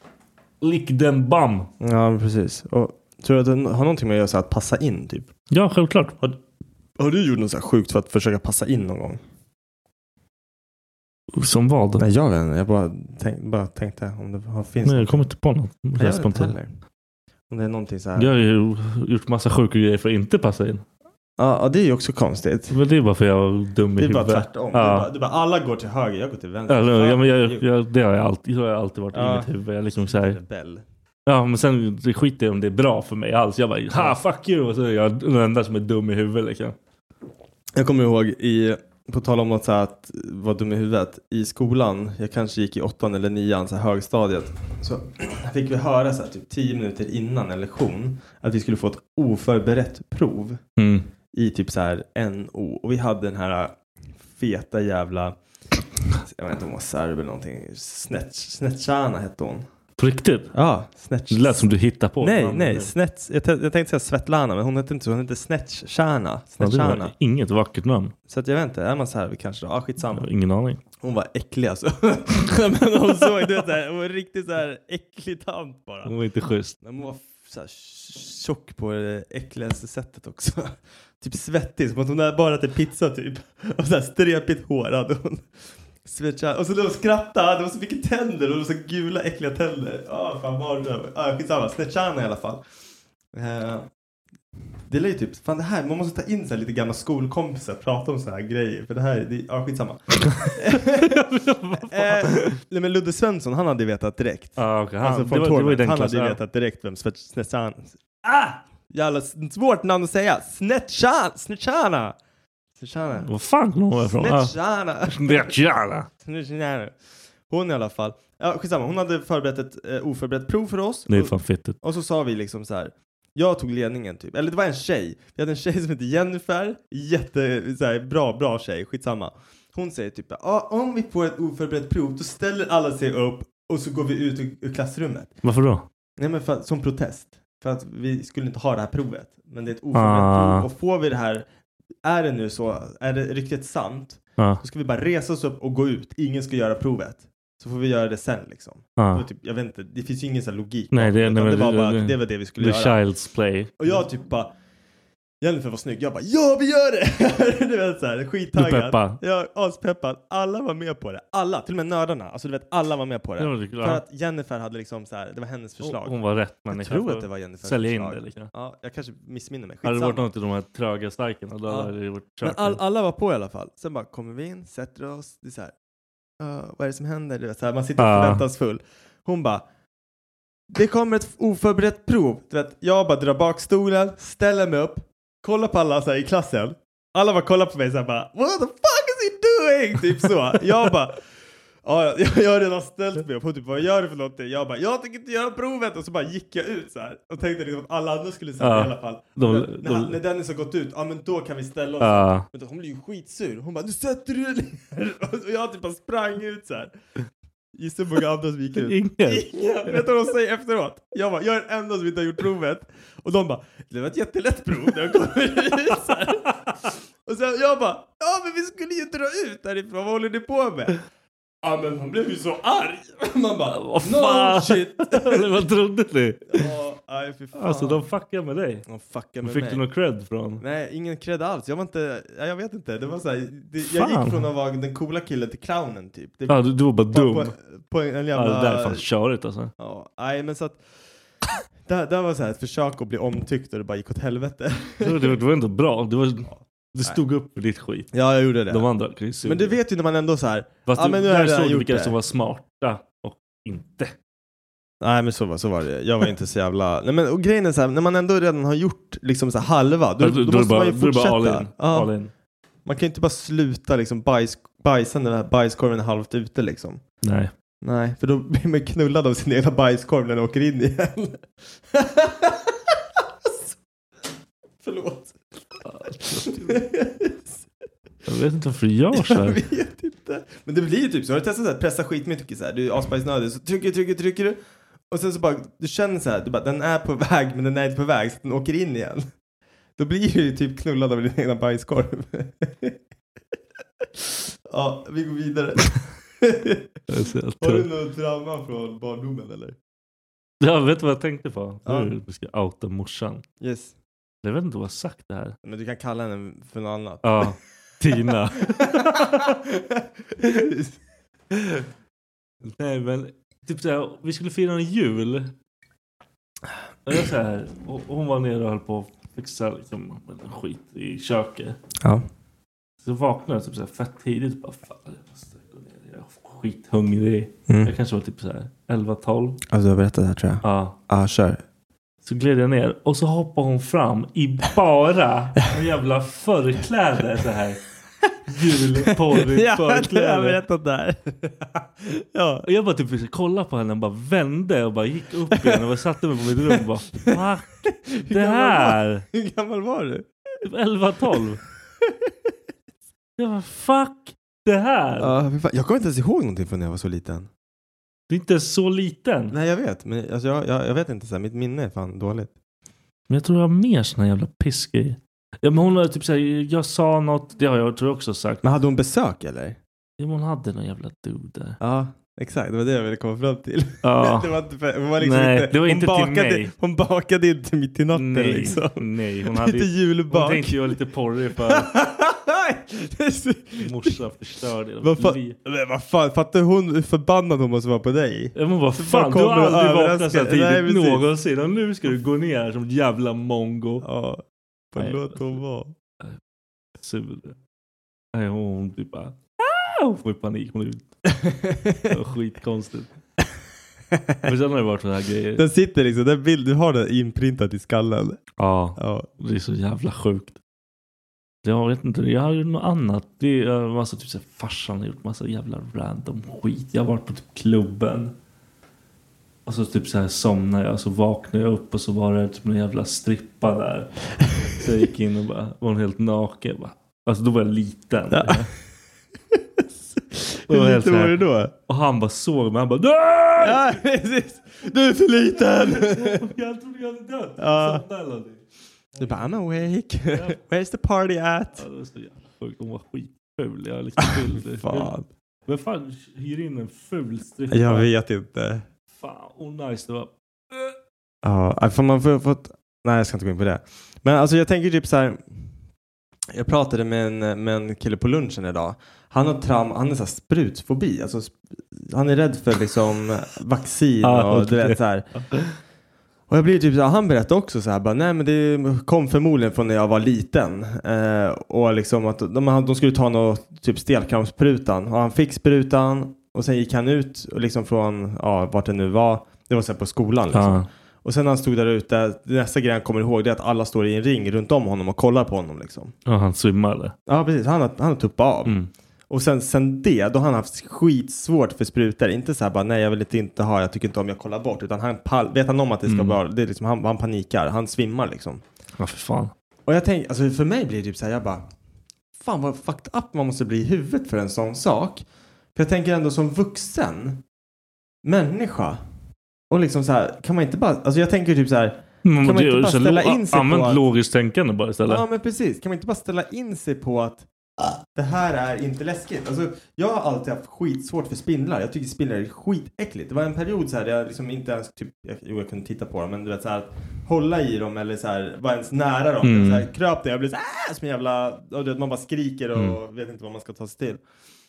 lick den bam. Ja, precis. Och tror du att det har någonting med att göra så att passa in typ? Ja, självklart. Har du gjort något så här sjukt för att försöka passa in någon gång? Som vad? Nej, jag vet inte. Jag bara tänkte om det finns. Nej, jag kommer inte på något. Om det är någonting så här. Jag har ju gjort massa sjuka grejer för att inte passa in. Ja, det är ju också konstigt. Men det är bara för jag är dum i huvudet. Det är bara tvärtom. Ja. Det är bara alla går till höger, jag går till vänster. Ja, men det har jag alltid varit i mitt huvud. Jag liksom så här. Ja, men sen det skiter jag om det är bra för mig alls. Jag bara, fuck you. Och så är jag den enda som är dum i huvudet liksom. Jag kommer ihåg på tal om något så här att vara dum i huvudet i skolan. Jag kanske gick i 8:an eller 9:an, så här högstadiet. Så fick vi höra så här, typ 10 minuter innan en lektion att vi skulle få ett oförberett prov i typ så här NO. Och vi hade den här feta jävla, jag vet inte om hon var serb eller någonting, Snetchana hette hon. På riktigt? Ja, Snetch. Det lät som du hittar på. Nej, Snetch. Jag tänkte säga Svetlana, men hon hette inte så. Hon hette Snetchana. Ja, det var inget vackert namn. Så att jag vet inte, är man så här kanske då? Ja, skitsamma. Ingen aning. Hon var äcklig alltså. Men hon såg, du vet, hon var riktigt så här äcklig tant bara. Hon var inte schysst. Men hon var så här tjock på det äckligaste sättet också. Typ svettig, som att hon bara ätit pizza typ. Och så här strepigt hår hade hon. Och så då skrattade, det var så mycket tänder och det var så gula äckliga tänder. Fan var det? Skitsamma, Snetchana i alla fall. Det är ju typ, fan det här, man måste ta in så här lite gamla skolkompisar och prata om så här grejer. För det här, skitsamma. Nej, men Ludde Svensson, han hade vetat direkt. Okay. Alltså från Tornet, han hade vetat direkt vem Snetchana. Jävla svårt namn att säga. Snetchana. Vad fan kommer hon ifrån? Snetchana. Hon i alla fall. Skitsamma, hon hade förberett ett oförberett prov för oss. Det är fan fittigt. Och så sa vi liksom så här. Jag tog ledningen typ. Eller det var en tjej. Vi hade en tjej som heter Jennifer. Jätte så här, bra tjej. Skitsamma. Hon säger typ, om vi får ett oförberett prov, då ställer alla sig upp och så går vi ut ur klassrummet. Varför då? Nej, men som protest. För att vi skulle inte ha det här provet. Men det är ett oförberett prov. Och får vi det här, är det nu så, är det riktigt sant, då ska vi bara resa oss upp och gå ut. Ingen ska göra provet. Så får vi göra det sen liksom. Typ, jag vet inte, det finns ju ingen sån logik. Nej, det var det vi skulle göra. The child's play. Och jag typ bara, Jennifer var snygg. Jag bara, ja vi gör det! Du vet såhär, skittaggad. Du peppad? Ja, aspeppad. Alla var med på det. Alla, till och med nördarna. Alltså du vet, alla var med på det. För att Jennifer hade liksom såhär, det var hennes förslag. Hon var rätt människa. Jag tror att det var Jennifers sälja förslag. in det liksom. Ja, jag kanske missminner mig. Hade det varit något i de här tröga starken då hade det varit men alla var på i alla fall. Sen bara kommer vi in, sätter oss. Det är såhär, vad är det som händer? Du vet, så här, man sitter och förväntansfull. Hon bara, det kommer ett oförberett prov. Du vet, jag bara drar bak stolen, ställer mig upp, kollar på alla så här, i klassen. Alla bara kollar på mig så här, bara, what the fuck is he doing? Typ så. Jag bara, jag har redan ställt mig upp. Hon typ, vad gör du för någonting? Jag bara, jag tänker inte göra provet. Och så bara gick jag ut så här. Och tänkte liksom att alla andra skulle säga i alla fall. När Dennis har gått ut, men då kan vi ställa oss. Men då, hon blir ju skitsur. Hon bara, du sätter du ner. Och jag typ bara sprang ut så här. Gissa hur många andra som gick ut. Ingen. Vet du vad de säger efteråt? Jag bara, jag är den enda som inte har gjort provet. Och de bara, det var ett jättelätt prov när jag kommer ut så här. Och sen jag bara, men vi skulle ju dra ut därifrån. Vad håller ni på med? Ja, men hon blev ju så arg. Man bara, no shit. Vad trodde ni? Ja, fy fan. Alltså de fuckar med dig. De fuckar med fick mig. du någon cred från? Nej, ingen cred alls. Jag var inte, jag vet inte. Det var så här, jag gick från att vara den coola killen till clownen typ. Du var bara dum. På en jävla... det där är fan körigt alltså. Ja, nej men så att det var så här ett försök att bli omtyckt och det bara gick åt helvete. Det var ändå bra. Du stod upp för ditt skit. Ja, jag gjorde det. De andra men du vet ju när man ändå så här. Fast men där såg du vilka som var smarta och inte. Nej, men så var det. Jag var inte så jävla... Nej, men och grejen är så här, när man ändå redan har gjort liksom så här halva, då måste man ju fortsätta. All in. Man kan ju inte bara sluta liksom bajsa när den här bajskorven är halvt ute liksom. Nej, för då blir man knullad av sin egna bajskorv när den åker in igen. Förlåt. Jag vet inte varför du gör så här. Jag vet inte. Men det blir ju typ så. Har du testat så här, pressa skitmycket så här. Du är asbajsnödig. Så trycker du. Och sen så bara, du känner så här. Du bara, den är på väg men den är inte på väg. Så den åker in igen. Då blir du ju typ knullad av din egna bajskorv. Ja, vi går vidare. Har du något drama från barndomen eller? Jag vet vad jag tänkte på. Du ska outa morsan. Yes. Jag vet inte vad jag har sagt det här. Men du kan kalla henne för något annat. Ja, Tina. Nej, men typ såhär, vi skulle fira en jul. Och jag så här, och hon var nere och höll på att fixa liksom, skit i köket. Ja. Så vaknade jag typ såhär fett tidigt. Bara, fan, jag måste gå ner. Jag är skithungrig. Jag kanske var typ såhär 11-12. Alltså du har berättat det här tror jag. Ja, kör. Så gled jag ner och så hoppar hon fram i bara en jävla förkläde så här. Julporrigt förkläde. Jag vet det där. Ja. Och jag bara typ kollade på henne och bara vände och bara gick upp igen och bara satte mig på mitt rum och bara fuck det här. Hur gammal var du? Typ 11-12. Jag bara fuck det här. Jag kommer inte ens ihåg någonting från när jag var så liten. Du är inte så liten. Nej, jag vet. Men alltså, jag vet inte. Så här, mitt minne är fan dåligt. Men jag tror jag har mer såna jävla piskgrejer. Ja, men hon har typ såhär, jag sa något. Det har jag tror jag också sagt. Men hade hon besök eller? Ja, hon hade någon jävla dude. Ja, exakt. Det var det jag ville komma fram till. Ja. Det var inte, hon var liksom Nej, inte, det var inte hon bakade, till mig. Hon bakade inte mitt i natten Nej, liksom. nej. Hon hade Lite julbak. Hon tänkte ju vara lite porrig för morsa förstörde det. Vad fan, fattar hon hur förbannad hon måste vara på dig? Ja, men vad fan, du har aldrig vaknat så här tidigt någonsin. Och nu ska du gå ner här som ett jävla mongo. Ja, förlåt hon var. Sur. Nej, hon typ bara... Hon får panik. Hon är skitkonstigt. Men sen har det varit sådana här grejer. Den sitter liksom, den bild, du har den inprintat i skallen. Ja, det är så jävla sjukt. Jag vet inte, jag har gjort något annat. Det är massa typ så här, farsan har gjort massa jävla random skit. Jag har varit på typ klubben. Och så typ så här somnade jag. Så vaknade jag upp och så var det typ en jävla strippa där. Så jag gick in och bara, var hon helt naken. Bara. Alltså då var jag liten. Ja. Hur liten var du då? Och han bara såg mig. Han bara, ja, precis. Du är för liten. Jag trodde jag hade dött. Ja. Så du bara, I'm awake. Where's the party at? Ja, det var så jävla sjukt. Hon var skitful. Jag liksom ful. Fan. Men fan, hyr in en ful strippa. Jag vet inte. Fan, nice det var. Ja, får man fått... Nej, jag ska inte gå in på det. Men alltså jag tänker typ så här... Jag pratade med en kille på lunchen idag. Han har han är så här sprutfobi. Alltså, han är rädd för liksom vaccin och du vet så här. Och jag blir typ så här, han berättade också så här bara, nej men det kom förmodligen från när jag var liten. Och liksom att de skulle ta något typ stelkrampsprutan. Och han fick sprutan och sen gick han ut och liksom från vart det nu var. Det var så här på skolan liksom. Och sen när han stod där ute, nästa grej han kommer ihåg det är att alla står i en ring runt om honom och kollar på honom liksom. Ja, han svimmar eller? Ja, precis. Han har tuppat av. Mm. Och sen det, då har han haft skitsvårt för sprutor. Inte så här bara, nej jag vill inte ha, jag tycker inte om jag kollar bort. Utan vet han om att det ska vara, det är liksom, han panikar, han svimmar liksom. Ja, för fan. Och jag tänker, alltså för mig blir det typ så här, jag bara, fan vad fucked up man måste bli i huvudet för en sån sak. För jag tänker ändå som vuxen människa. Och liksom så här, kan man inte bara, alltså jag tänker typ så här, kan man inte bara ställa in sig på att... logiskt tänkande bara istället. Ja, men precis. Kan man inte bara ställa in sig på att det här är inte läskigt. Alltså, jag har alltid haft skitsvårt för spindlar. Jag tycker spindlar är skitäckligt. Det var en period så här där jag liksom inte ens typ, jag kunde titta på dem, men du vet så här, hålla i dem eller så här, vara ens nära dem. Så här, kröp det, jag blev så här, som en jävla, och du vet, man bara skriker och vet inte vad man ska ta sig till.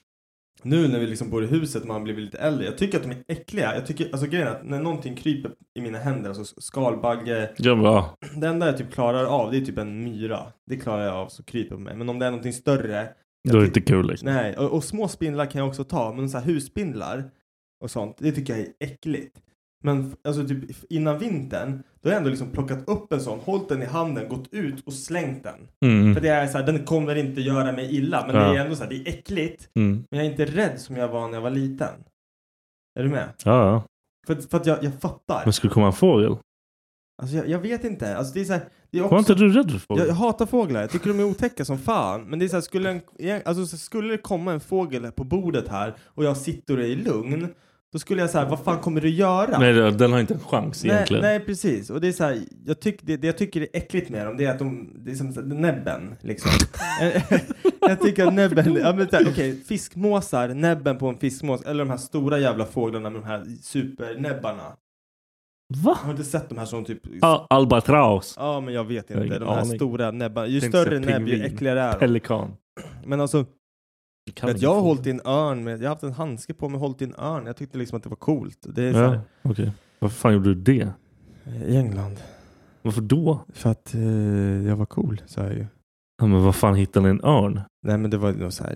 Nu när vi liksom bor i huset, man blir lite äldre. Jag tycker att de är äckliga. Jag tycker, alltså grejen är att när någonting kryper i mina händer, alltså skalbagge. Ja, det enda jag typ klarar av, det är typ en myra. Det klarar jag av, så kryper på mig. Men om det är någonting större. Då är det inte kul liksom. Nej, och små spindlar kan jag också ta. Men så här husspindlar och sånt, det tycker jag är äckligt. Men alltså typ innan vintern, då har jag ändå liksom plockat upp en sån, hållit den i handen, gått ut och slängt den. För det är så här, den kommer inte göra mig illa, men det är ändå så här, det är äckligt. Men jag är inte rädd som jag var när jag var liten. Är du med? Ja. För att jag fattar. Men skulle komma en fågel? Alltså jag vet inte. Alltså det är så här, det är också, var inte du rädd för fågel? Jag hatar fåglar. Jag tycker de är otäcka som fan. Men det är så här, skulle det komma en fågel på bordet här och jag sitter och är lugn, då skulle jag säga, vad fan kommer du göra? Nej, den har inte en chans egentligen. Nej, precis. Och det är så här, jag tycker det är äckligt med dem, det är att det är som näbben liksom. Jag tycker att näbben, ja men okej, fiskmåsar, näbben på en fiskmås, eller de här stora jävla fåglarna med de här supernäbbarna. Va? Har du inte sett de här som typ... albatraus. Ja, men jag vet inte. Jag de här stora näbbarna. Ju större näbb, ju äckligare är de. Pelikan. Men alltså... Jag har hållit i en örn jag har haft en handske på mig och hållit i en örn. Jag tyckte liksom att det var coolt. Det är så här, okej. Varför fan gjorde du det? I England. Varför då? För att jag var cool, sa jag ju. Ja, men vad fan hittade ni en örn? Nej, men det var nog så här...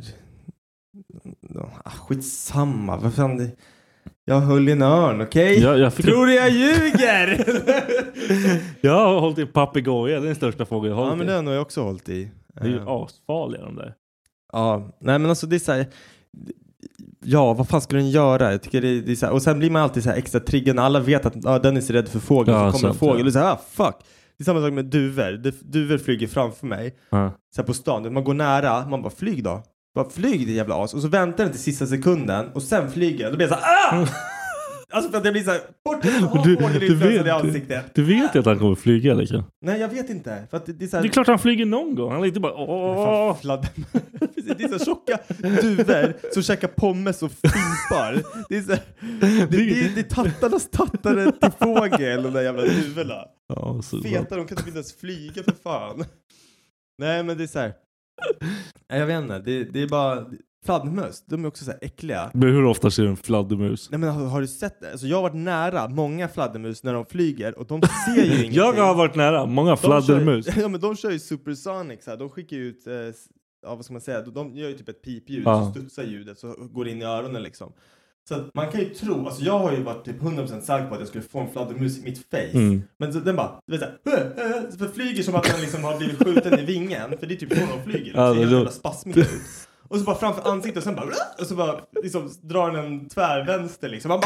skitsamma. Vad fan... Jag höll i en örn, okej? Tror du jag ljuger? Jag har hållit i papegoja. Det är den största fågeln jag har hållit i. Ja, men det har jag också hållit i. Det är ju asfarliga de där. Ja, nej men alltså det är så här, ja, vad fan skulle den göra? Jag tycker det är så här, och sen blir man alltid så här extra triggad när alla vet att Dennis är rädd för fågel, så kommer en fågel och så här, fuck. Det är samma sak med duvor. Duvor flyger framför mig. Så här på stan, man går nära, man bara flyg då. Bara flyg det jävla as. Och så väntar den till sista sekunden och sen flyger. Då blir jag så här, Alltså för att det blir så här, fågelinfluensan i ansiktet. Du vet ju att han kommer flyga, eller? Nej, jag vet inte. För att det är så här... Det är klart han flyger någon gång. Han är inte bara Det är så tjocka duvor som käkar pommes och fimpar. Det är så här, det är tattarnas tattare till fågel, de där jävla duvorna. Ja, Feta, de kan inte ens flyga för fan. Nej, men det är så här. Jag vet inte, det är bara fladdermöss, de är också så här äckliga. Men hur ofta ser du en fladdermus? Nej, men har du sett det? Alltså, jag har varit nära många fladdermus när de flyger och de ser ju ingenting. Jag har varit nära många fladdermus. Ja, men de kör ju supersonic så här. De skickar ju ut vad ska man säga? De gör ju typ ett pipljud, så studsar ljudet så går det in i öronen liksom. Så att man kan ju tro, alltså jag har ju varit typ 100% säker på att jag skulle få en fladdermus i mitt face. Men så, den bara, du vet såhär, för flyger som att den liksom har blivit skjuten i vingen. För det är typ så de flyger, det ser jävla spasmigt ut. Och så bara framför ansiktet och sen bara, och så bara liksom drar den en tvärvänster liksom. Man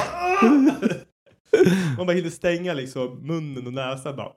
bara hinner stänga liksom munnen och näsan bara.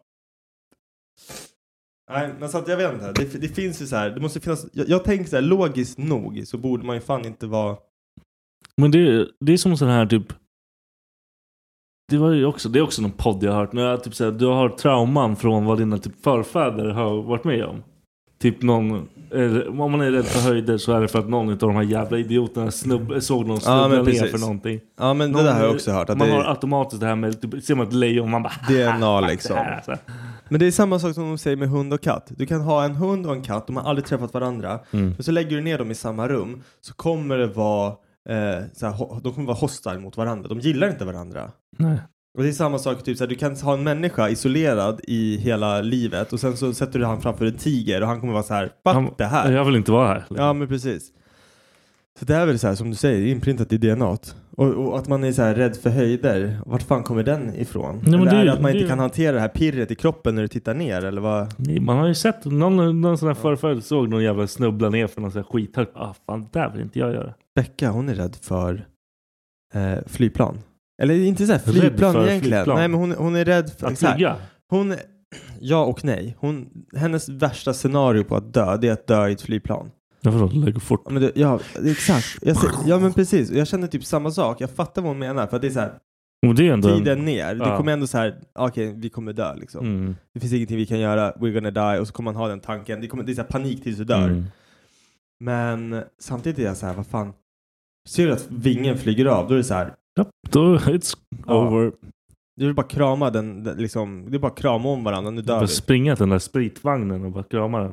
Nej, men så att jag vet inte, det finns ju så här, det måste finnas, jag tänker så här, logiskt nog så borde man ju fan inte vara. Men det är som sån här typ, det är också någon podd jag har hört, när typ så här, du har trauman från vad dina typ förfäder har varit med om. Typ någon, om man är rädd för höjder så är det för att någon av de här jävla idioterna såg någon snubbla ner för någonting. Ja, men det där har jag också hört. Att man har automatiskt det här med, typ, ser man ett lejon, man bara DNA liksom. Alltså. Men det är samma sak som de säger med hund och katt. Du kan ha en hund och en katt, de har aldrig träffat varandra. Men så lägger du ner dem i samma rum, så kommer det vara de kommer vara hostile mot varandra. De gillar inte varandra. Nej. Och det är samma sak typ så här, du kan ha en människa isolerad i hela livet och sen så sätter du han framför en tiger och han kommer vara så här, fuck det här. Jag vill inte vara här. Ja, men precis. Så det är väl så här som du säger, inprintat i DNAt. Och att man är så här rädd för höjder. Vart fan kommer den ifrån? Nej, eller är det att man inte kan hantera det här pirret i kroppen när du tittar ner? Eller vad? Nej, man har ju sett någon sån här förföljd såg någon jävla snubbla ner för någon sån här skithögt. Fan, där vill inte jag göra. Becka, hon är rädd för flygplan. Eller inte så här flygplan egentligen. Flygplan. Nej, men hon är rädd för att flyga. Ja och nej. Hennes värsta scenario på att dö, det är att dö i ett flygplan. Jag förstår, det lägger fort. Men det är exakt. Ja, men precis. Jag känner typ samma sak. Jag fattar vad hon menar. För att det är så här, det är ändå tiden ner. Det kommer ändå så här, okej, vi kommer dö liksom. Det finns ingenting vi kan göra. We're gonna die. Och så kommer man ha den tanken. Det är så här panik tills du dör. Men samtidigt är jag så här, vad fan. Ser du att vingen flyger av? Då är det så här. Då it's over. Du vill bara krama den liksom, det är bara krama om varandra, nu dör du. Bara springa till den där spritvagnen och bara krama den.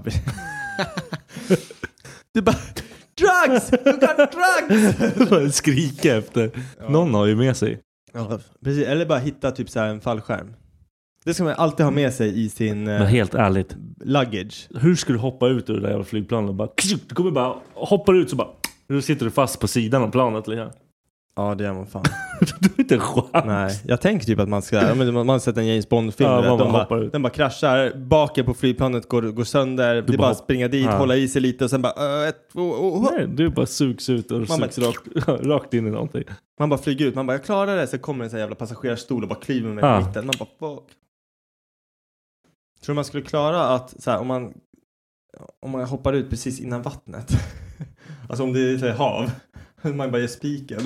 Du bara, drugs! You got drugs! Bara skrika efter. Någon har ju med sig. Ja, precis. Eller bara hitta typ så här en fallskärm. Det ska man alltid ha med sig i sin men helt ärligt, luggage. Hur ska du hoppa ut ur det där jävla flygplanet och bara, du kommer bara hoppa ut så bara, då sitter du fast på sidan av planet liksom. Ja, det gör man fan. Du är inte en chans. Nej, jag tänker typ att man ska, man sätter en James Bond-film den bara kraschar, baken på flygplanet går sönder, det är bara springa dit, hålla i sig lite och sen bara Nej, du bara sugs ut och sugs rakt in i någonting. Man bara flyger ut, man bara, jag klarar det, så kommer en sån jävla passagerarstol och bara kliver med i mitten, man bara, fuck. Tror du man skulle klara att så här, om man hoppar ut precis innan vattnet alltså om det är så här, hav man bara ger spiken.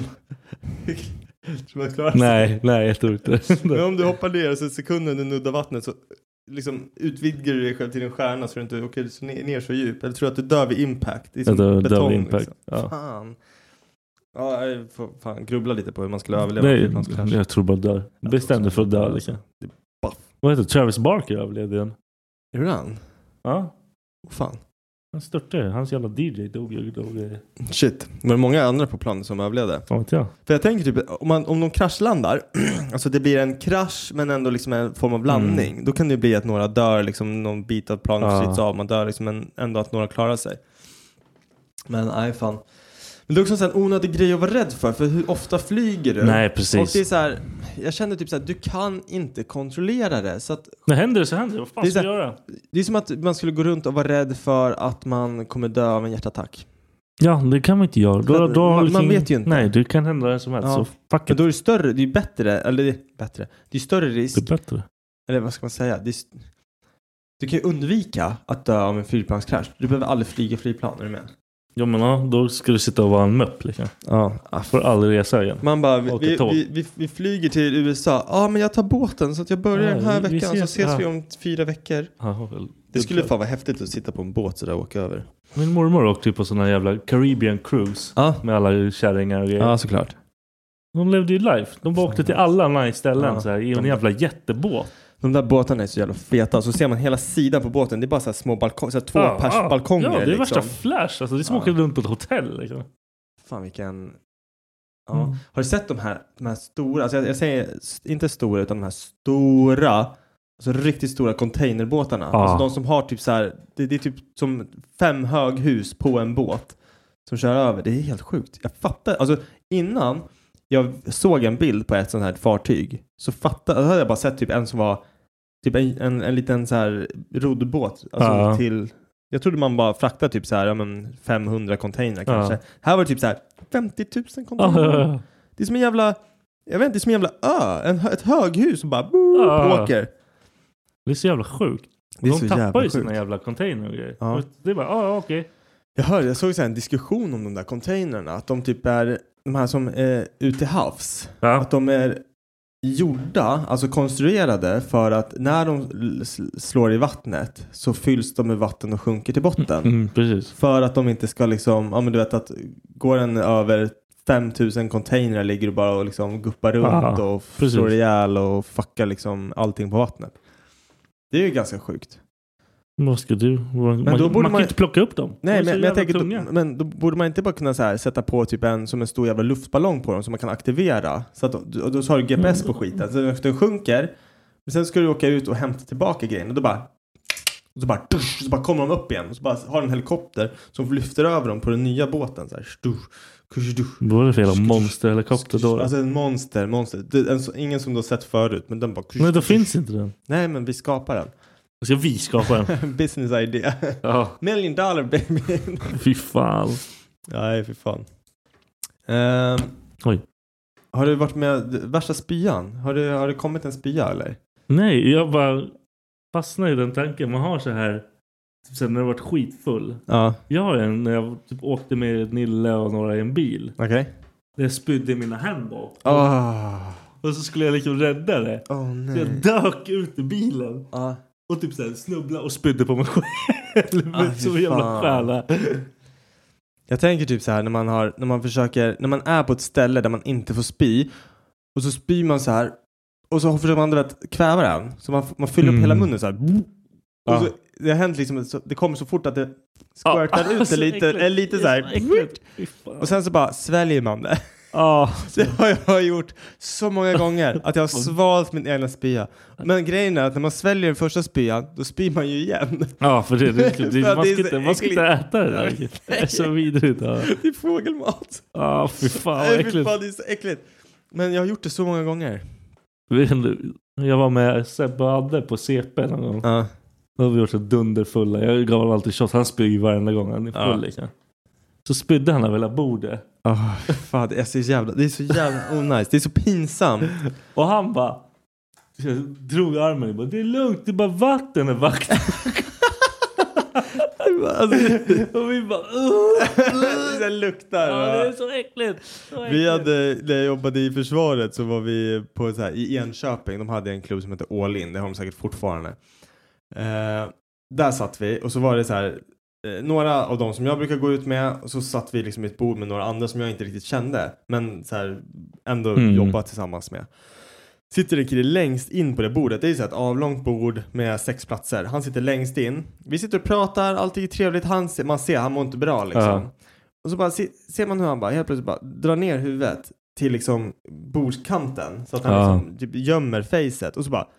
Nej, jag tror inte. Men om du hoppar ner så sekunden du nuddar vattnet så liksom utvidgar du dig själv till en stjärna så du inte åker ner så djupt. Eller tror du att du dör vid impact? Det är som betong. Impact. Liksom. Ja. Fan. Ja, jag får fan grubbla lite på hur man skulle överleva. Nej, jag tror bara dör. Bestämde för att dö. Liksom. Vad heter Travis Barker överlevde den? Är det han? Ja. Fan. Han störtade. Hans jävla DJ dog. Shit. Men det är många andra på planen som överlevde. Ja, vet jag. För jag tänker typ, om de kraschlandar, alltså det blir en krasch men ändå liksom en form av landning. Då kan det bli att några dör, liksom någon bit av planen slits av. Man dör liksom, men ändå att några klarar sig. Men nej fan. Men det är också en onödig grej att vara rädd för hur ofta flyger du? Nej, precis. Och det är så här, jag känner typ så här, du kan inte kontrollera det. Så att, när händer det så händer det. Vad fan ska jag göra? Det är som att man skulle gå runt och vara rädd för att man kommer dö av en hjärtattack. Ja, det kan man inte göra. Man vet ju inte. Nej, det kan hända det som helst. Ja. Så fuck it. Men då är det större, det är bättre. Eller det är bättre. Det är större risk. Det är bättre. Eller vad ska man säga? Du kan ju undvika att dö av en flygplanskrasch. Du behöver aldrig flyga flygplan, är du med? Ja men då ska du sitta och vara en möpp liksom. Ja. Får aldrig resa igen. Man bara, Åka tåg. vi flyger till USA. Ja, men jag tar båten så att jag börjar den här vi veckan. Så ses vi om 4 veckor. Ja, väl. Det skulle fan vara häftigt att sitta på en båt så där och åka över. Min mormor åkte typ på såna jävla Caribbean cruise. Ja. Med alla kärringar och grejer. Ja, såklart. De levde ju life. De bara åkte till alla nice ställen så här, i en jävla jättebåt. De där båtarna är så jävla feta. Så ser man hela sidan på båten. Det är bara så här små balkonger. Så här 2 pers balkonger. Ja, det är liksom. värsta flash. Alltså, det är som att åka runt på ett hotell. Liksom. Fan vilken... Ja. Har du sett de här stora... Alltså jag säger inte stora utan de här stora... Alltså riktigt stora containerbåtarna. Alltså de som har typ så här... Det är typ som 5 höghus på en båt. Som kör över. Det är helt sjukt. Jag fattar... Alltså innan... Jag såg en bild på ett sånt här fartyg. Så hade jag bara sett typ en som var typ en liten så här roddbåt. Alltså till, jag trodde man bara fraktade typ så här 500 container kanske. Här var det typ så här 50 000 container. Det är som en jävla, jag vet inte, det är som en jävla ett höghus som bara åker. Det är så jävla sjukt. De tappar ju sina jävla container och grejer. Det är bara, okej. Jag såg så här en diskussion om de där containerna. Att de typ är de här som är ute till havs. Att de är gjorda, alltså konstruerade för att när de slår i vattnet så fylls de med vatten och sjunker till botten. Precis. För att de inte ska liksom, ja men du vet att går den över 5000 container ligger du bara och liksom guppar runt och slår ihjäl och fuckar liksom allting på vattnet. Det är ju ganska sjukt. Vad ska du? Man kan inte plocka upp dem. Nej, men jag tänker men då borde man inte bara kunna så här, sätta på typ en stor jävla luftballong på dem som man kan aktivera. Så att då har du GPS på skiten. Så efter den sjunker, men sen ska du åka ut och hämta tillbaka grejen. Och då bara kommer de upp igen. Och så bara har en helikopter som lyfter över dem på den nya båten. Så här, vad är det för jävla monsterhelikopter då? Alltså en monster. Ingen som du har sett förut. Men den bara... Nej, då finns inte den. Nej, men vi skapar den. Ska vi skapa den? Business idea. Ja. $1 million baby. Fy fan. Nej, fy fan. Oj. Har du varit med värsta spyan? Har det kommit en spya eller? Nej, jag bara fastnar i den tanken. Man har så här typ sen när det varit skitfull. Ja. Jag har en när jag typ åkte med Nille och några i en bil. Okej. Det jag spydde i mina händer. Och så skulle jag liksom rädda det. Nej. Så jag dök ut i bilen. Och typ såhär snubbla och spydde på mig själv. Så jävla stjärna. Jag tänker typ så här när man är på ett ställe där man inte får spy. Och så spyr man så här. Och så försöker man kväva den. Så man fyller upp hela munnen så här. Och så, det har hänt liksom, det kommer så fort att det squirtar ut lite så här. Och sen så bara sväljer man det. Det har jag gjort så många gånger att jag har svalt min egna spya. Men grejen är att när man sväljer den första spyan, då spyr man ju igen. Ja, för man ska inte äta det där. Det är så vidrigt. Ja. Det är fågelmat. Fy fan vad äckligt. Det är så äckligt. Men jag har gjort det så många gånger. Jag var med Sebbe och Adde på CP någon gång. Då har vi gjort så dunderfulla. Jag gav alltid shot. Han spyr varenda gång han är full liksom. Så spydde han av hela bordet. Fan, det är så jävla onajs. Det är så pinsamt. Och han bara drog armen och bara, det är lugnt, det är bara vatten är vakt. Och vi bara det luktar. Det är så äckligt. När jag jobbade i försvaret så var vi på så här, i Enköping. De hade en klubb som heter All In. Det har de säkert fortfarande. Där satt vi och så var det så här några av dem som jag brukar gå ut med, och så satt vi liksom i ett bord med några andra som jag inte riktigt kände, men så här ändå jobba tillsammans med. Sitter en kille längst in på det bordet. Det är så ett avlångt bord med 6 platser. Han sitter längst in. Vi sitter och pratar, alltid är trevligt. Man ser, han mår inte bra liksom. Och så bara ser man hur han bara helt plötsligt bara drar ner huvudet till liksom bordskanten, så att han liksom typ gömmer facet, och så bara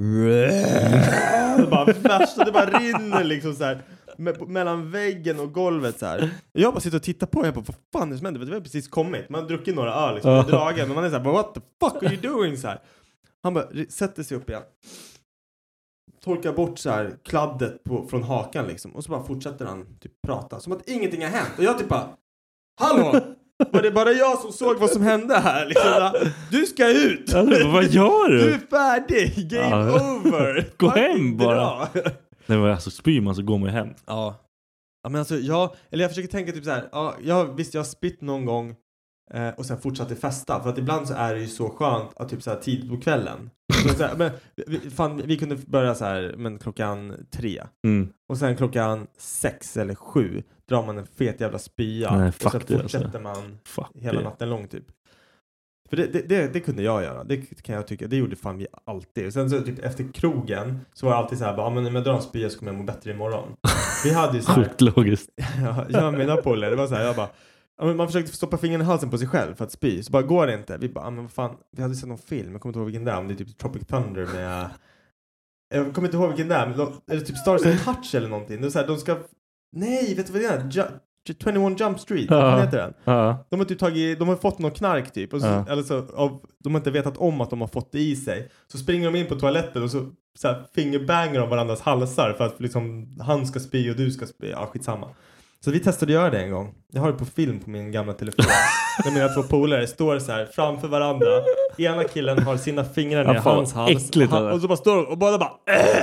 det bara rinner liksom så här mellan väggen och golvet så här. Jag bara sitter och tittar på, jag bara, vad fan är det som händer? Det har precis kommit. Man har druckit några öl liksom, dragen, men man är så här, what the fuck are you doing så här? Han bara sätter sig upp igen. Torkar bort så här kladdet från hakan liksom, och så bara fortsätter han typ prata som att ingenting har hänt. Och jag typ bara, hallå? Var det bara jag som såg vad som hände här liksom? Du ska ut! Vad gör du? Du är färdig! Game over! Gå hem bara! Nej, men alltså spyr man så går man ju hem. Ja. Ja, men alltså, jag försöker tänka typ så här. Ja, visst, jag har spytt någon gång och sen fortsatte festa. För att ibland så är det ju så skönt att typ så här tid på kvällen. Så här, men vi kunde börja så här, men klockan 3. Och sen klockan 6 eller 7 drar man en fet jävla spya. Nej, och sen fortsätter alltså. man hela natten lång typ. För det kunde jag göra. Det kan jag tycka. Det gjorde fan vi alltid. Och sen så typ efter krogen så var det alltid så här, men om jag drar en spya så kommer jag må bättre imorgon. Vi hade ju så här, sjukt logiskt. jag och mina polare, det var så här, jag bara, man försökte stoppa fingret i halsen på sig själv för att spy. Så bara går det inte. Vi bara, men vad fan, vi hade sett någon film. Jag kommer inte ihåg vilken där. Det är typ Tropic Thunder med... Jag kommer inte ihåg vilken där. Men eller typ Stars in Touch eller någonting. Det är så här, de ska... Nej, vet du vad det är? 21 Jump Street. Vad heter den? De har typ de har fått någon knark typ. Och så, eller så, de har inte vetat om att de har fått det i sig. Så springer de in på toaletten och så här, fingerbangar de varandras halsar. För att liksom, han ska spy och du ska spy. Ja, skitsamma. Så vi testade att göra det en gång. Jag har det på film på min gamla telefon. När mina 2 polare står så här framför varandra. Ena killen har sina fingrar ner i hans hals. Äckligt, och så bara står de och båda bara...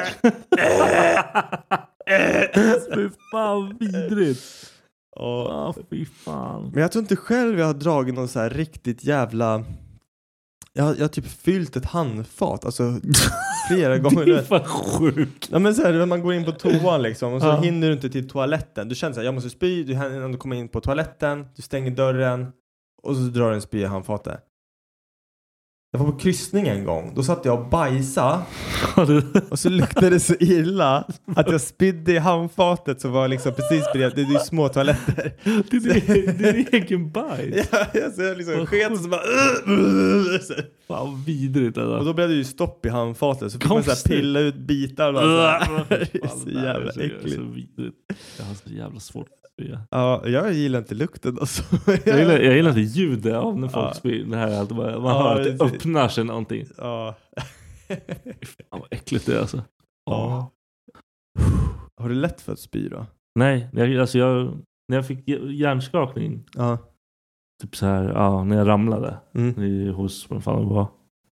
Fy fan, vidrigt. Fy fan. Men jag tror inte själv jag har dragit någon så här riktigt jävla... Jag har typ fyllt ett handfat. Alltså flera gånger. Det är fan sjukt. Ja, men så här, man går in på toan liksom. Och så hinner du inte till toaletten. Du känner så här, jag måste spy. Du kommer in på toaletten. Du stänger dörren. Och så drar du en spy i handfatet. Jag var på kryssning en gång. Då satt jag och bajsade. Och så luktade det så illa att jag spydde i handfatet som var liksom precis bredvid. Det är ju små toaletter. Det är egen bajs. Ja, jag liksom sket och så bara... Fan vidrigt alltså. Och då blev det ju stopp i handfatet. Så fick man så här pilla ut bitar. Och så det är så jävla äckligt. Jag har så jävla svårt. Ja, jag gillar inte lukten alltså. Jag gillar inte ljudet av när folk spyr. Det här är allt, man hör att det öppnar sig någonting. Ja. Fan vad äckligt det är alltså. Ja. Har du lätt för att spy då? Nej, när jag fick hjärnskakning. Ja. Typ så här, när jag ramlade hos vad fan det var.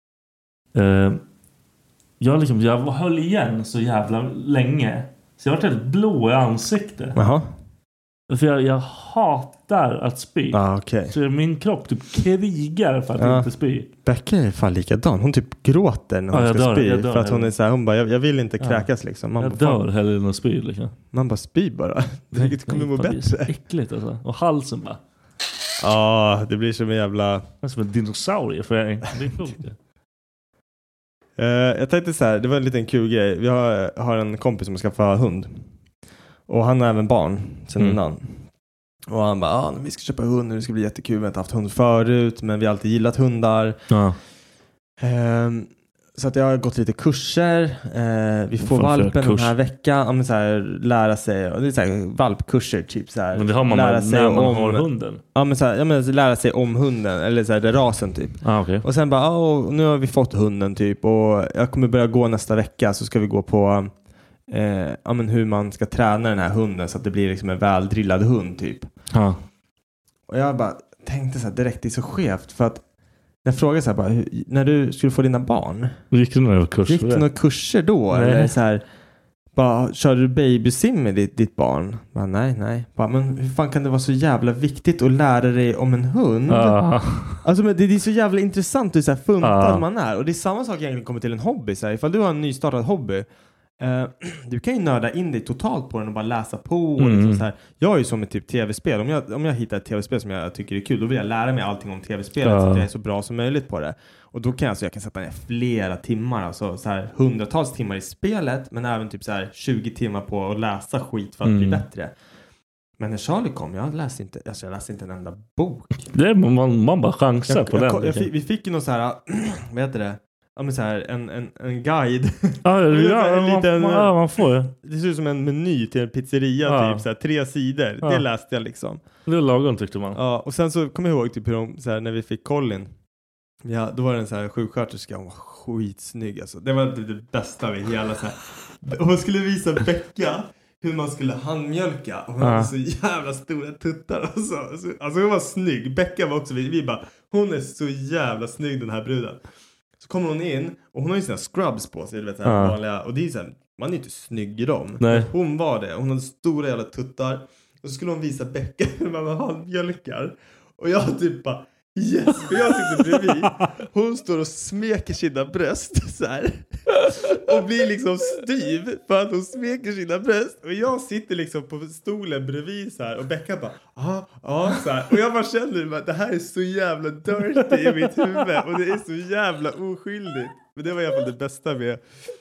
Jag höll igen så jävla länge. Så jag var helt blå i ansiktet. Jaha. För jag hatar att spy. Okay. Så min kropp typ krigar för att inte spy. Becka är fan likadan. Hon typ gråter när hon ska spy. För att hon är så här, hon bara, jag vill inte kräkas liksom. Man jag dör hellre än att spy liksom. Man bara spy bara. Det kommer må bättre. Det är så äckligt alltså. Och halsen bara. Ja, det blir som en jävla... Det är som en dinosaurie för det är coolt. Jag tänkte så här, det var en liten kul grej. Vi har en kompis som ska få hund. Och han har även barn sen innan. Och han bara, vi ska köpa hund och det ska bli jättekul. Vi har inte haft hund förut, men vi har alltid gillat hundar. Ja. Så att jag har gått lite kurser. Vi får valpen den här veckan. Men så här, lära sig. Och det är så här, valpkurser typ så här. Men det har man lära sig när man har hunden. Ja, men så här, lära sig om hunden. Eller så här, det rasen typ. Okay. Och sen bara, nu har vi fått hunden typ. Och jag kommer börja gå nästa vecka. Så ska vi gå på... men hur man ska träna den här hunden så att det blir liksom en väldrillad hund typ. Ja. Och jag bara tänkte så här direkt, det är så skevt för att jag frågade så här bara, när du skulle få dina barn, gick du några kurser då? Nej. Eller så här, bara, körde du babysim med ditt barn? Bara, nej. Bara, men hur fan kan det vara så jävla viktigt att lära dig om en hund? Alltså men det är så jävla intressant hur så här funtad man är. Och det är samma sak egentligen kommer till en hobby. Så här, ifall du har en nystartad hobby, du kan ju nörda in dig totalt på den och bara läsa på och liksom så här. Jag är ju som ett typ tv-spel. Om jag hittar ett tv-spel som jag tycker är kul, då vill jag lära mig allting om tv-spelet så att jag är så bra som möjligt på det. Och då kan jag kan sätta ner flera timmar, alltså så här hundratals timmar i spelet, men även typ så här 20 timmar på att läsa skit för att bli bättre. Men när Charlie kom, jag läste inte en enda bok. Det är man bara chansar på den. Vi fick ju någon så här, vad heter det? Ja, men så här, en guide. Man får det. Det ser ut som en meny till en pizzeria typ, så här, 3 sidor. Det läste jag liksom. Det var lagom tyckte man. Ja, och sen så kommer jag ihåg typ hur de, så här, när vi fick Colin. Ja, då var det en så här sjuksköterska, hon var skitsnygg alltså. Det var det bästa vi hela så här. Hon skulle visa Becka hur man skulle handmjölka. Och hon hade så jävla stora tuttar alltså hon var snygg. Becka var också, vi bara, hon är så jävla snygg den här bruden. Så kommer hon in och hon har ju sina scrubs på sig, du vet, så här vanliga, och det är så här man är inte snygg i dem. Nej. Hon var det. Hon hade stora jävla tuttar. Och så skulle hon visa bäcken hur man halvmjölkar. Och jag typ bara, yes, för jag sitter bredvid. Hon står och smeker sina bröst så här. Och blir liksom styv för att hon smeker sina bröst. Och jag sitter liksom på stolen bredvid så här. Och Becka bara, så här. Och jag bara känner att det här är så jävla dirty i mitt huvud. Och det är så jävla oskyldigt. Men det var i alla fall det bästa med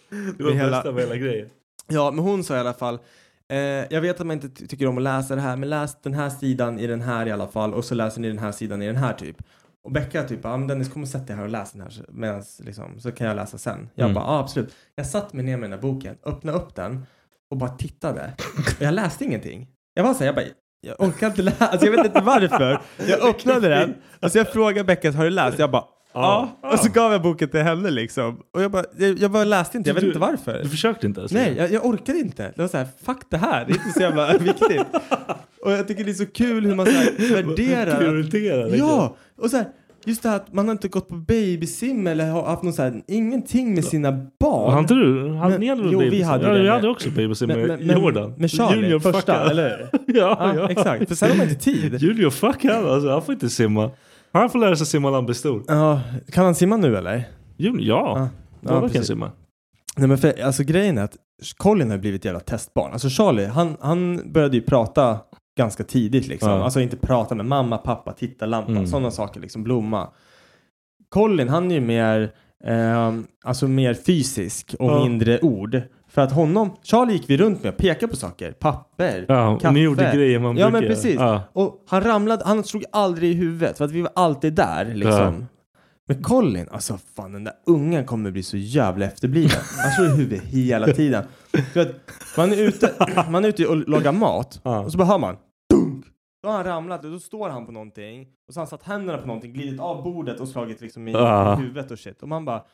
bästa med hela grejen. Ja, men hon sa i alla fall, jag vet att man inte tycker om att läsa det här, men läs den här sidan i den här i alla fall. Och så läser ni den här sidan i den här typ. Och Becka typ, men Dennis, kom och sätt dig här och läs den här medans, liksom, så kan jag läsa sen. Jag bara, absolut. Jag satt mig ner med den här boken, öppnade upp den och bara tittade. Och jag läste ingenting. Jag var så här, jag orkar inte läsa. Alltså jag vet inte varför. Jag öppnade den. Alltså jag frågade Becka, har du läst? Jag bara, ja. Och så gav jag boken till henne liksom. Och jag bara läste inte, jag vet inte varför. Du försökte inte? Alltså. Nej, jag orkade inte. Det var så här, fuck det här. Det är inte så jävla viktigt. Och jag tycker det är så kul hur man så här värderar. Prioriterar. Liksom. Ja, och så här, just det här att man har inte gått på babysim eller har haft någon så här, ingenting med sina barn. Har inte du? Vi hade jag hade också babysim med Jordan. Med Charlie, Junior första, eller? ja, exakt. För sen har man inte tid. Junior, fuck han, alltså, han får inte simma. Han får lära sig simma när han blir stor. Ja, kan han simma nu eller? Junior, ja. Båda kan simma. Nej, men för, alltså grejen är att Colin har blivit ett jävla testbarn. Alltså Charlie, han började ju prata ganska tidigt liksom. Ja. Alltså inte prata med mamma, pappa, titta, lampa, sådana saker liksom, blomma. Colin, han är ju mer alltså mer fysisk och mindre ord. För att Charlie gick vi runt med att peka på saker, papper, kaffe. Ni gjorde grejer man brukar. Ja, men precis. Ja. Och han slog aldrig i huvudet för att vi var alltid där liksom. Ja. Men Colin, alltså fan, den där ungen kommer bli så jävla efterbliven. Han slår i huvudet hela tiden. För att man är ute och lagar mat och så bara hör man dunk. Då har han ramlat och då står han på någonting och så har han satt händerna på någonting, glidit av bordet och slagit liksom i huvudet och shit. Och man bara,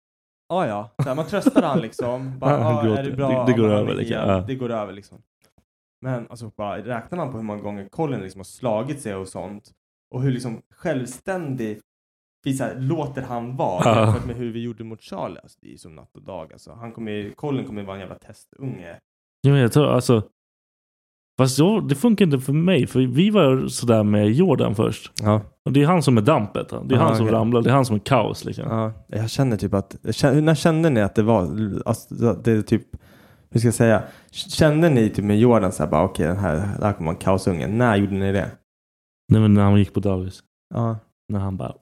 ja. Så här, man tröstar han liksom. Bara, är det bra? Det går över liksom. Det går över liksom. Men alltså bara räknar man på hur många gånger Colin liksom har slagit sig och sånt. Och hur liksom självständig låter han vara jämfört med hur vi gjorde mot Charlie. Alltså, det är som natt och dag. Alltså, Colin kommer vara en jävla testunge. Ja, men jag tror alltså. Fast det funkar inte för mig. För vi var sådär med Jordan först. Ja. Och det är han som är dampet. Det är han som ramlar. Det är han som är kaos liksom. Ja, jag känner typ att... När kände ni att det var... Alltså, det är typ... Hur ska jag säga? Kände ni typ med Jordan så här bara okej, det här kommer en kaosunge. När gjorde ni det? Nej, men när han gick på dagis. Ja. När han bara...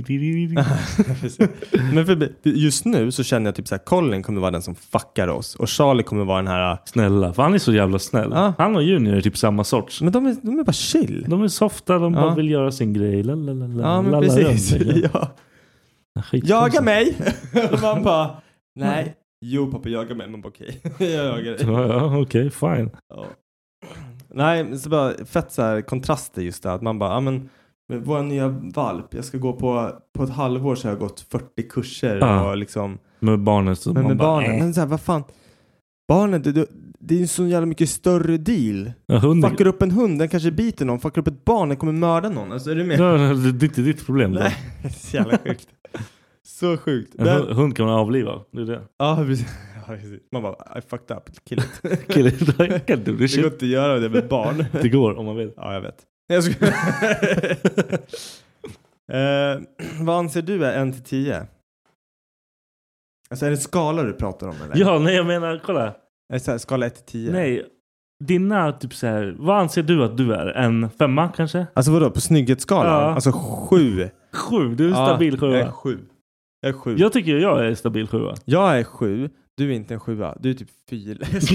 Men för just nu så känner jag typ så här, Colin kommer vara den som fuckar oss och Charlie kommer vara den här snälla, för han är så jävla snäll. Han och Junior är typ samma sorts. Men de är bara chill. De är softa, de bara vill göra sin grej. Ja, men precis. Ja. Jaga mig. Man bara, nej. Jo, pappa, jaga mig. Man bara, okej. Jag jagar dig. Ja, okej, fine. Ja. Nej, så bara fett så här kontraster just det. Att man bara, men vår nya valp, jag ska gå på ett halvår så har jag gått 40 kurser och liksom med barnet så med barnen. Men så här, vad fan, barnet det är ju så jävla mycket större deal. Fuckar upp en hund, den kanske biter någon. Fuckar upp ett barn, den kommer mörda någon. Alltså, är du med? Ja, det är inte ditt problem. Nej, det är så jävla sjukt. Så sjukt. En hund kan man avliva, det är det. Ja, precis. Man bara, I fucked up, kill it. Kill it. Det går inte att göra det med barn. Det går om man vill. Ja, jag vet. Vad anser du är 1-10? Alltså är det skala du pratar om eller? Ja, nej jag menar, kolla. Är det så här, skala 1-10? Nej, dina typ så här, vad anser du att du är? En 5 kanske? Alltså vadå, på snygghetsskalan? Ja. Alltså 7. 7, du är stabil 7. Jag är 7. Jag tycker jag är stabil 7. Jag är 7. Du är inte en 7. Du är typ 4.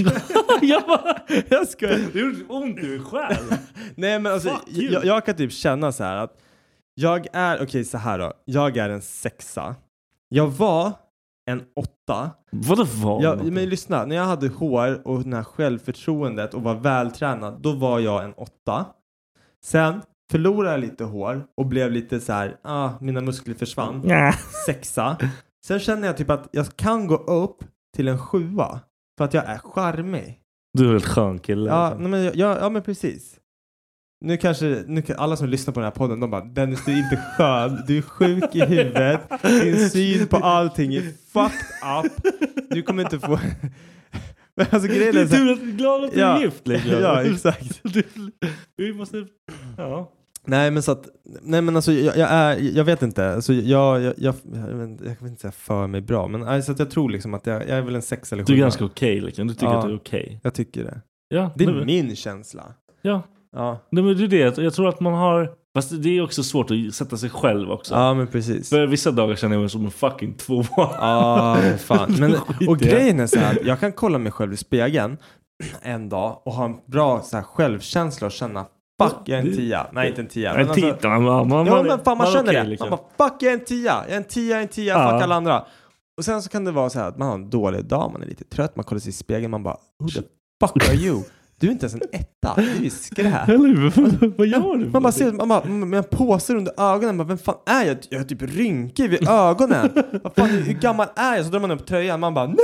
Jag ska. Det gjorde ont i själ. Nej men alltså jag kan typ känna så här att jag är okej, så här då. Jag är en 6. Jag var en 8. Vad var? Men lyssna, när jag hade hår och den här självförtroendet och var vältränad, då var jag en 8. Sen förlorade jag lite hår och blev lite så här, mina muskler försvann. 6. Sen känner jag typ att jag kan gå upp till en 7 för att jag är charmig. Du är ett skön kille. Ja, men precis. Nu kanske alla som lyssnar på den här podden, de bara, Dennis, du är inte skön. Du är sjuk i huvudet. Din syn på allting är fucked up. Du kommer inte få... Men alltså grejen Det är är så här, tur att du är glad att du är gift liksom. ja, exakt. Vi måste... Ja. Nej men så att, nej men alltså jag vet inte, alltså jag vill inte säga för mig bra, men alltså att jag tror liksom att jag är väl en 6 eller 7. Du är ganska okej liksom, du tycker Ja. att du är okej. Jag tycker det. Ja, Det är men- min känsla. Ja, Ja. nej, men det är det. Jag tror att man har... Fast det är också svårt att sätta sig själv också. Ja men precis. För vissa dagar känner jag mig som en fucking 2. Ja, fan. Men, Skit och i det. grejen är så här, jag kan kolla mig själv i spegeln en dag och ha en bra så här självkänsla och känna fuck, jag är en 10. Nej, inte en 10. En titta, man känner okej, det. liksom. Man bara, fuck, jag är en 10. Jag är en 10, Ja. fuck alla andra. Och sen så kan det vara så här att man har en dålig dag, man är lite trött, man kollar sig i spegeln, man bara, who the fuck are you? Du är inte ens en 1. Det är ju skräp. Eller hur? Vad gör du? Man bara ser, man bara, med en påse under ögonen, bara, vem fan är jag? Jag har typ rynkor vid ögonen. Vad fan, hur gammal är jag? Så drar man upp tröjan, man bara, nej!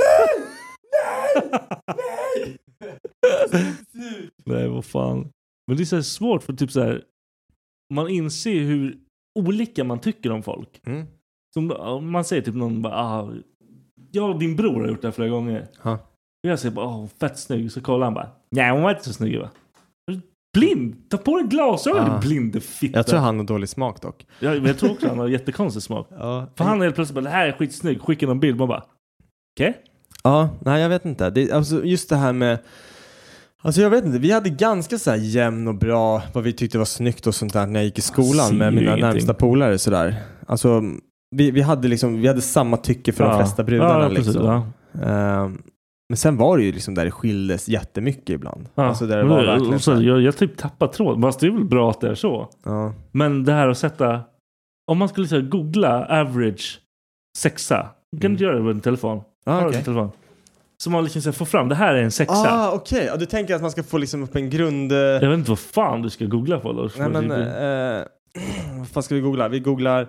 Nej, vad fan. Men det är så här svårt för typ så här, man inser hur olika man tycker om folk. Mm. Som, man säger typ någon bara, jag och din bror har gjort det här flera gånger. Ja. Och jag säger bara, fett snygg. Så kollar han bara, nej hon var inte så snygg va? Blind! Ta på dig glasögon, Ja. blind fitta. Jag tror han har dålig smak dock. Ja, men jag tror också han har jättekonstig smak. Ja. För han är helt plötsligt bara, det här är skitsnygg. Skickar någon bild, man bara, okej? Ja, nej jag vet inte. Det, alltså, just det här med... Alltså jag vet inte, vi hade ganska så här jämn och bra vad vi tyckte var snyggt och sånt där när jag gick i skolan ser med ju mina ingenting. närmsta polare sådär. Alltså vi hade samma tycke för de flesta brudarna precis, liksom. ja. Men sen var det ju liksom där det skildes jättemycket ibland. Ja. Alltså där det var verkligen så, jag typ tappar tråd. Fast det är väl bra att det är så. Ja. Men det här att sätta... Om man skulle säga googla average 6. Kan du göra det med din telefon? Ah, Har du okej. din telefon? Så man liksom så får fram, det här är en 6. Okej. Ja, du tänker att man ska få liksom upp en grund... Jag vet inte vad fan du ska googla på då. Nej men... vad fan ska vi googla? Vi googlar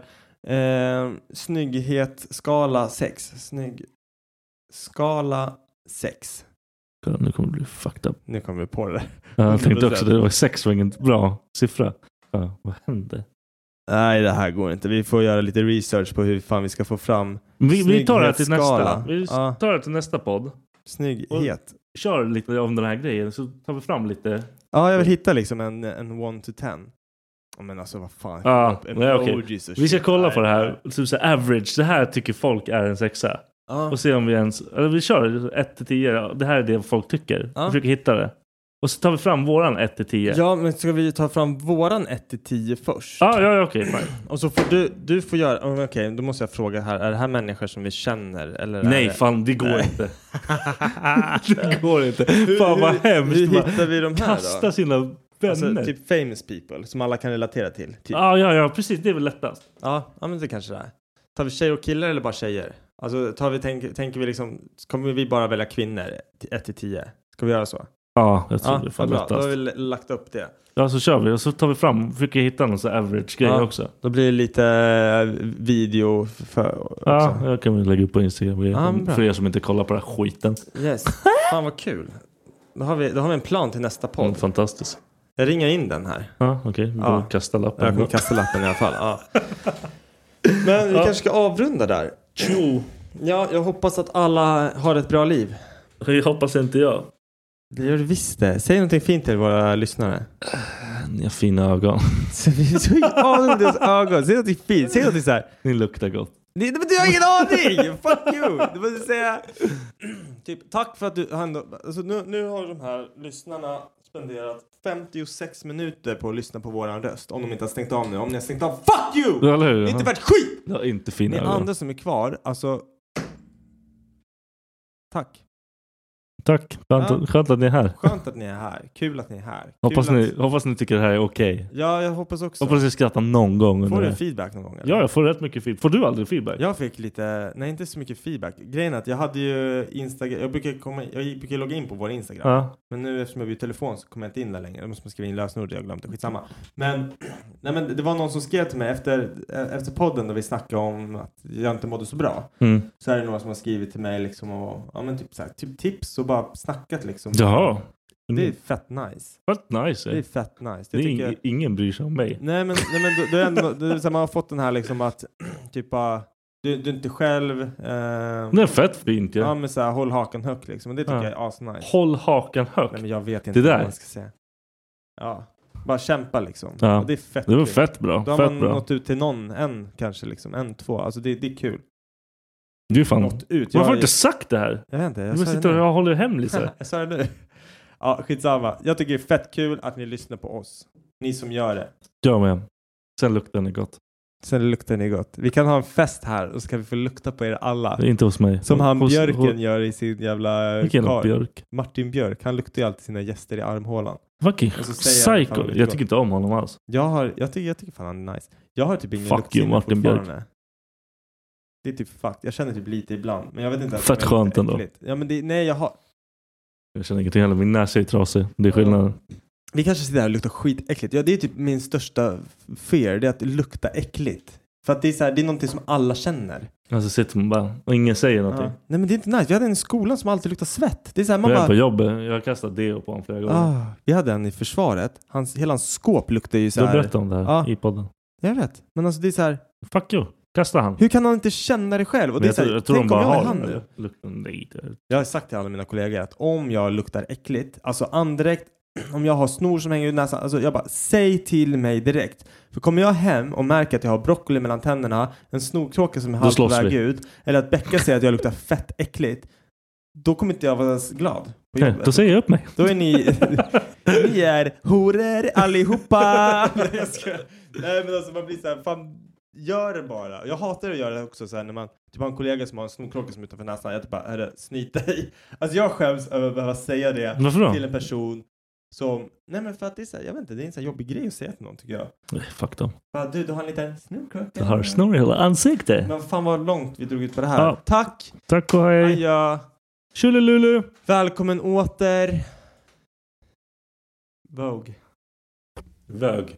snygghet skala 6. Snygg skala 6. Kolla, nu kommer du bli fucked up. Nu kommer vi på det där. Jag tänkte också det var 6 var ingen bra siffra. Ja, vad hände? Nej, det här går inte. Vi får göra lite research på hur fan vi ska få fram Vi tar det till snygghetsskala. nästa. Vi Ja. tar det till nästa podd. Snygghet. Kör lite om den här grejen så tar vi fram lite. Ja, jag vill hitta liksom en 1 to 10. Ja, men alltså vad fan. Ja, En nej, okej. emojis och Vi ska shit. kolla Nej, på det här. nej. Typ så här, average. Det här tycker folk är en 6. Ja. Och se om vi ens... Eller vi kör 1 till 10. Det här är det folk tycker. Ja. Vi försöker hitta det. Och så tar vi fram våran 1 till 10. Ja, men ska vi ta fram våran 1 till 10 först? Ja, okej. Fine. Och så får du får göra... Okej, då måste jag fråga här. Är det här människor som vi känner? Eller Nej, är det... fan, det går inte. Det går inte. Fan, vad hemskt. Hur Man hittar vi de här kasta då? sina vänner. Alltså, typ famous people som alla kan relatera till. Typ. Ja, precis. Det är väl lättast. Ja, men det kanske det är. Tar vi tjejer och killar eller bara tjejer? Alltså tänker vi liksom, kommer vi bara välja kvinnor 1 till 10? Ska vi göra så? Ja, jag tror det är vad fan bra. Då har lättast. vi lagt upp det. Ja, så kör vi. Och så tar vi fram. Försöker hitta någon så average grej också. Då blir det lite video för också. Ja, jag kan väl lägga upp på Instagram. bra. För er som inte kollar på den här skiten. Yes. Fan vad kul. Då har vi en plan till nästa podd. Fantastiskt. Jag ringer in den här. Ja, okej. Vi Ja. får kasta lappen. Jag kommer kasta lappen i alla fall. Ja. Men vi kanske ska avrunda där. Ja, jag hoppas att alla har ett bra liv. Jag hoppas inte jag. Det gör du visst det. Säg någonting fint till våra lyssnare. Ni har fina ögon. Så vi så ögon. Säg någonting fint. Säg någonting så här. Ni luktar gott. Men du har ingen aning! Fuck you! Du måste säga typ, tack för att du alltså, nu har de här lyssnarna spenderat 56 minuter på att lyssna på våran röst. Om de inte har stängt av nu. Om ni har stängt av, fuck you! Ja, eller hur? Det är inte värt skit! Jag har inte fina Ni ögon. andra som är kvar, alltså tack. Tack. Skönt att ni är här. Skönt att ni är här. Kul att ni är här. Hoppas ni tycker det här är okej. Ja, jag hoppas också. Hoppas ni skrattar någon gång. Får under du det. feedback någon gång? Eller? Ja, jag får rätt mycket feedback. Får du aldrig feedback? Jag fick lite, nej inte så mycket feedback. Grejen är att jag hade ju Instagram, jag brukar logga in på vår Instagram. Ja. Men nu eftersom jag byter telefon så kommer jag inte in där längre. Då måste man skriva in lösenord, jag glömde, skitsamma. Men det var någon som skrev till mig efter podden då vi snackade om att jag inte mådde så bra. Mm. Så är det några som har skrivit till mig liksom och, ja men typ så här, typ tips och bara snackat liksom. Jaha. Det är fett nice. Fett nice. Det är fett nice. Det är ingen bryr sig om mig. Nej men då är ändå, det är så här, man har fått den här liksom att typ bara, Du är inte själv. Det är fett fint Ja, men så här, håll hakan högt liksom. Och det tycker jag är asnice. Håll hakan högt. Nej, men jag vet inte vad man ska säga. Ja, bara kämpa liksom. Ja. Och det är fett. Det var kul. fett bra. Då har fett man bra. nått ut till en kanske liksom. 1, 2. Alltså det är kul. Du är fan. Nått ut. Varför har du inte sagt det här? Jag vet inte. Du sitter och håller hemligt så här. Jag sa det nu. Ja, skitsamma. Jag tycker det är fett kul att ni lyssnar på oss. Ni som gör det. Jag med. Sen luktar ni gott. Sen luktar ni gott. Vi kan ha en fest här och så kan vi få lukta på er alla. Det är inte hos mig. Som han Björken gör i sin jävla Vilken Björk? Martin Björk. Han luktar ju alltid sina gäster i armhålan. Fucking psycho. Jag tycker inte om honom alls. Jag tycker fan han är nice. Jag har typ ingen Fuck you, Martin Björk. Det är typ fuck. Jag känner typ lite ibland. Men jag vet inte. Fett skönt ändå. Ja, men nej, Jag känner ingenting heller. Min näsa är trasig. Det är skillnaden. Vi kanske sitter här och luktar skitäckligt. Ja, det är typ min största fear. Det är att lukta äckligt. För att det är så här, det är någonting som alla känner. Alltså sitter man bara och ingen säger någonting. Ja. Nej, men det är inte nice. Vi hade en i skolan som alltid luktar svett. Det är så här, man jag är bara... på jobbet. Jag har kastat deo på honom flera gånger. Vi hade en i försvaret. Hela hans skåp luktar ju så här... Du berättade om det här i podden. Jag vet. Men alltså det är så här... Fuck you. Kasta han. Hur kan han inte känna det själv? Och det är så här, jag tror de bara har nu. lukten. Jag har sagt till alla mina kollegor att om jag luktar äckligt, alltså andräkt, om jag har snor som hänger i näsan, alltså jag bara, säg till mig direkt. För kommer jag hem och märker att jag har broccoli mellan tänderna, en snorkråka som är halvt på väg ut, eller att Becka säger att jag luktar fett äckligt, då kommer inte jag vara glad på jobbet. Då säger jag upp mig. Då är ni är horor allihopa. Nej, men alltså man blir så här, fan, gör det bara. Jag hatar att göra det också så här, när man typ har en kollega som har en snorkråka som är utanför näsan. Jag typ bara, snyt dig. Alltså jag skäms över att behöva säga det till en person som, nej men för att det är så här, jag vet inte, det är en så här jobbig grej att säga till någon tycker jag. Nej, fuck dem. Du har en liten snorkråka. Du har snor i hela ansiktet. Men fan vad långt vi drog ut på det här. Ja. Tack. Tack och hej. Adjö. Tjolilulu. Välkommen åter. Vogue. Vög.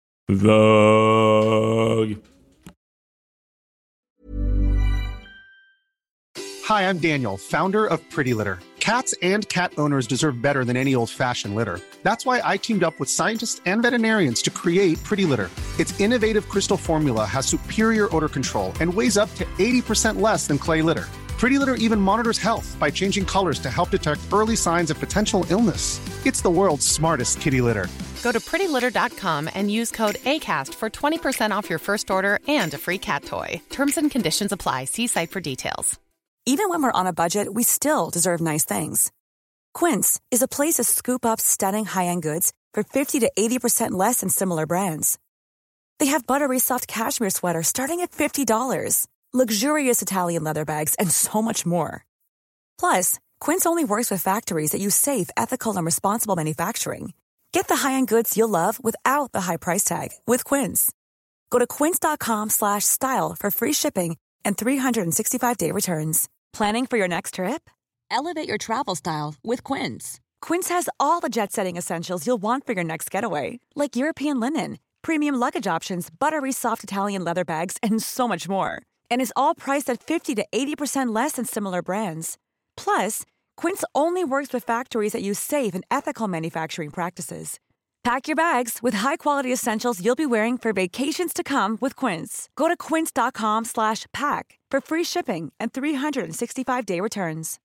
Hi, I'm Daniel, founder of Pretty Litter. Cats and cat owners deserve better than any old-fashioned litter. That's why I teamed up with scientists and veterinarians to create Pretty Litter. Its innovative crystal formula has superior odor control and weighs up to 80% less than clay litter. Pretty Litter even monitors health by changing colors to help detect early signs of potential illness. It's the world's smartest kitty litter. Go to prettylitter.com and use code ACAST for 20% off your first order and a free cat toy. Terms and conditions apply. See site for details. Even when we're on a budget, we still deserve nice things. Quince is a place to scoop up stunning high-end goods for 50 to 80% less than similar brands. They have buttery soft cashmere sweaters starting at $50, luxurious Italian leather bags, and so much more. Plus, Quince only works with factories that use safe, ethical, and responsible manufacturing. Get the high-end goods you'll love without the high price tag with Quince. Go to quince.com/style for free shipping and 365-day returns. Planning for your next trip? Elevate your travel style with Quince. Quince has all the jet-setting essentials you'll want for your next getaway, like European linen, premium luggage options, buttery soft Italian leather bags, and so much more. And is all priced at 50 to 80% less than similar brands. Plus, Quince only works with factories that use safe and ethical manufacturing practices. Pack your bags with high-quality essentials you'll be wearing for vacations to come with Quince. Go to quince.com/pack for free shipping and 365-day returns.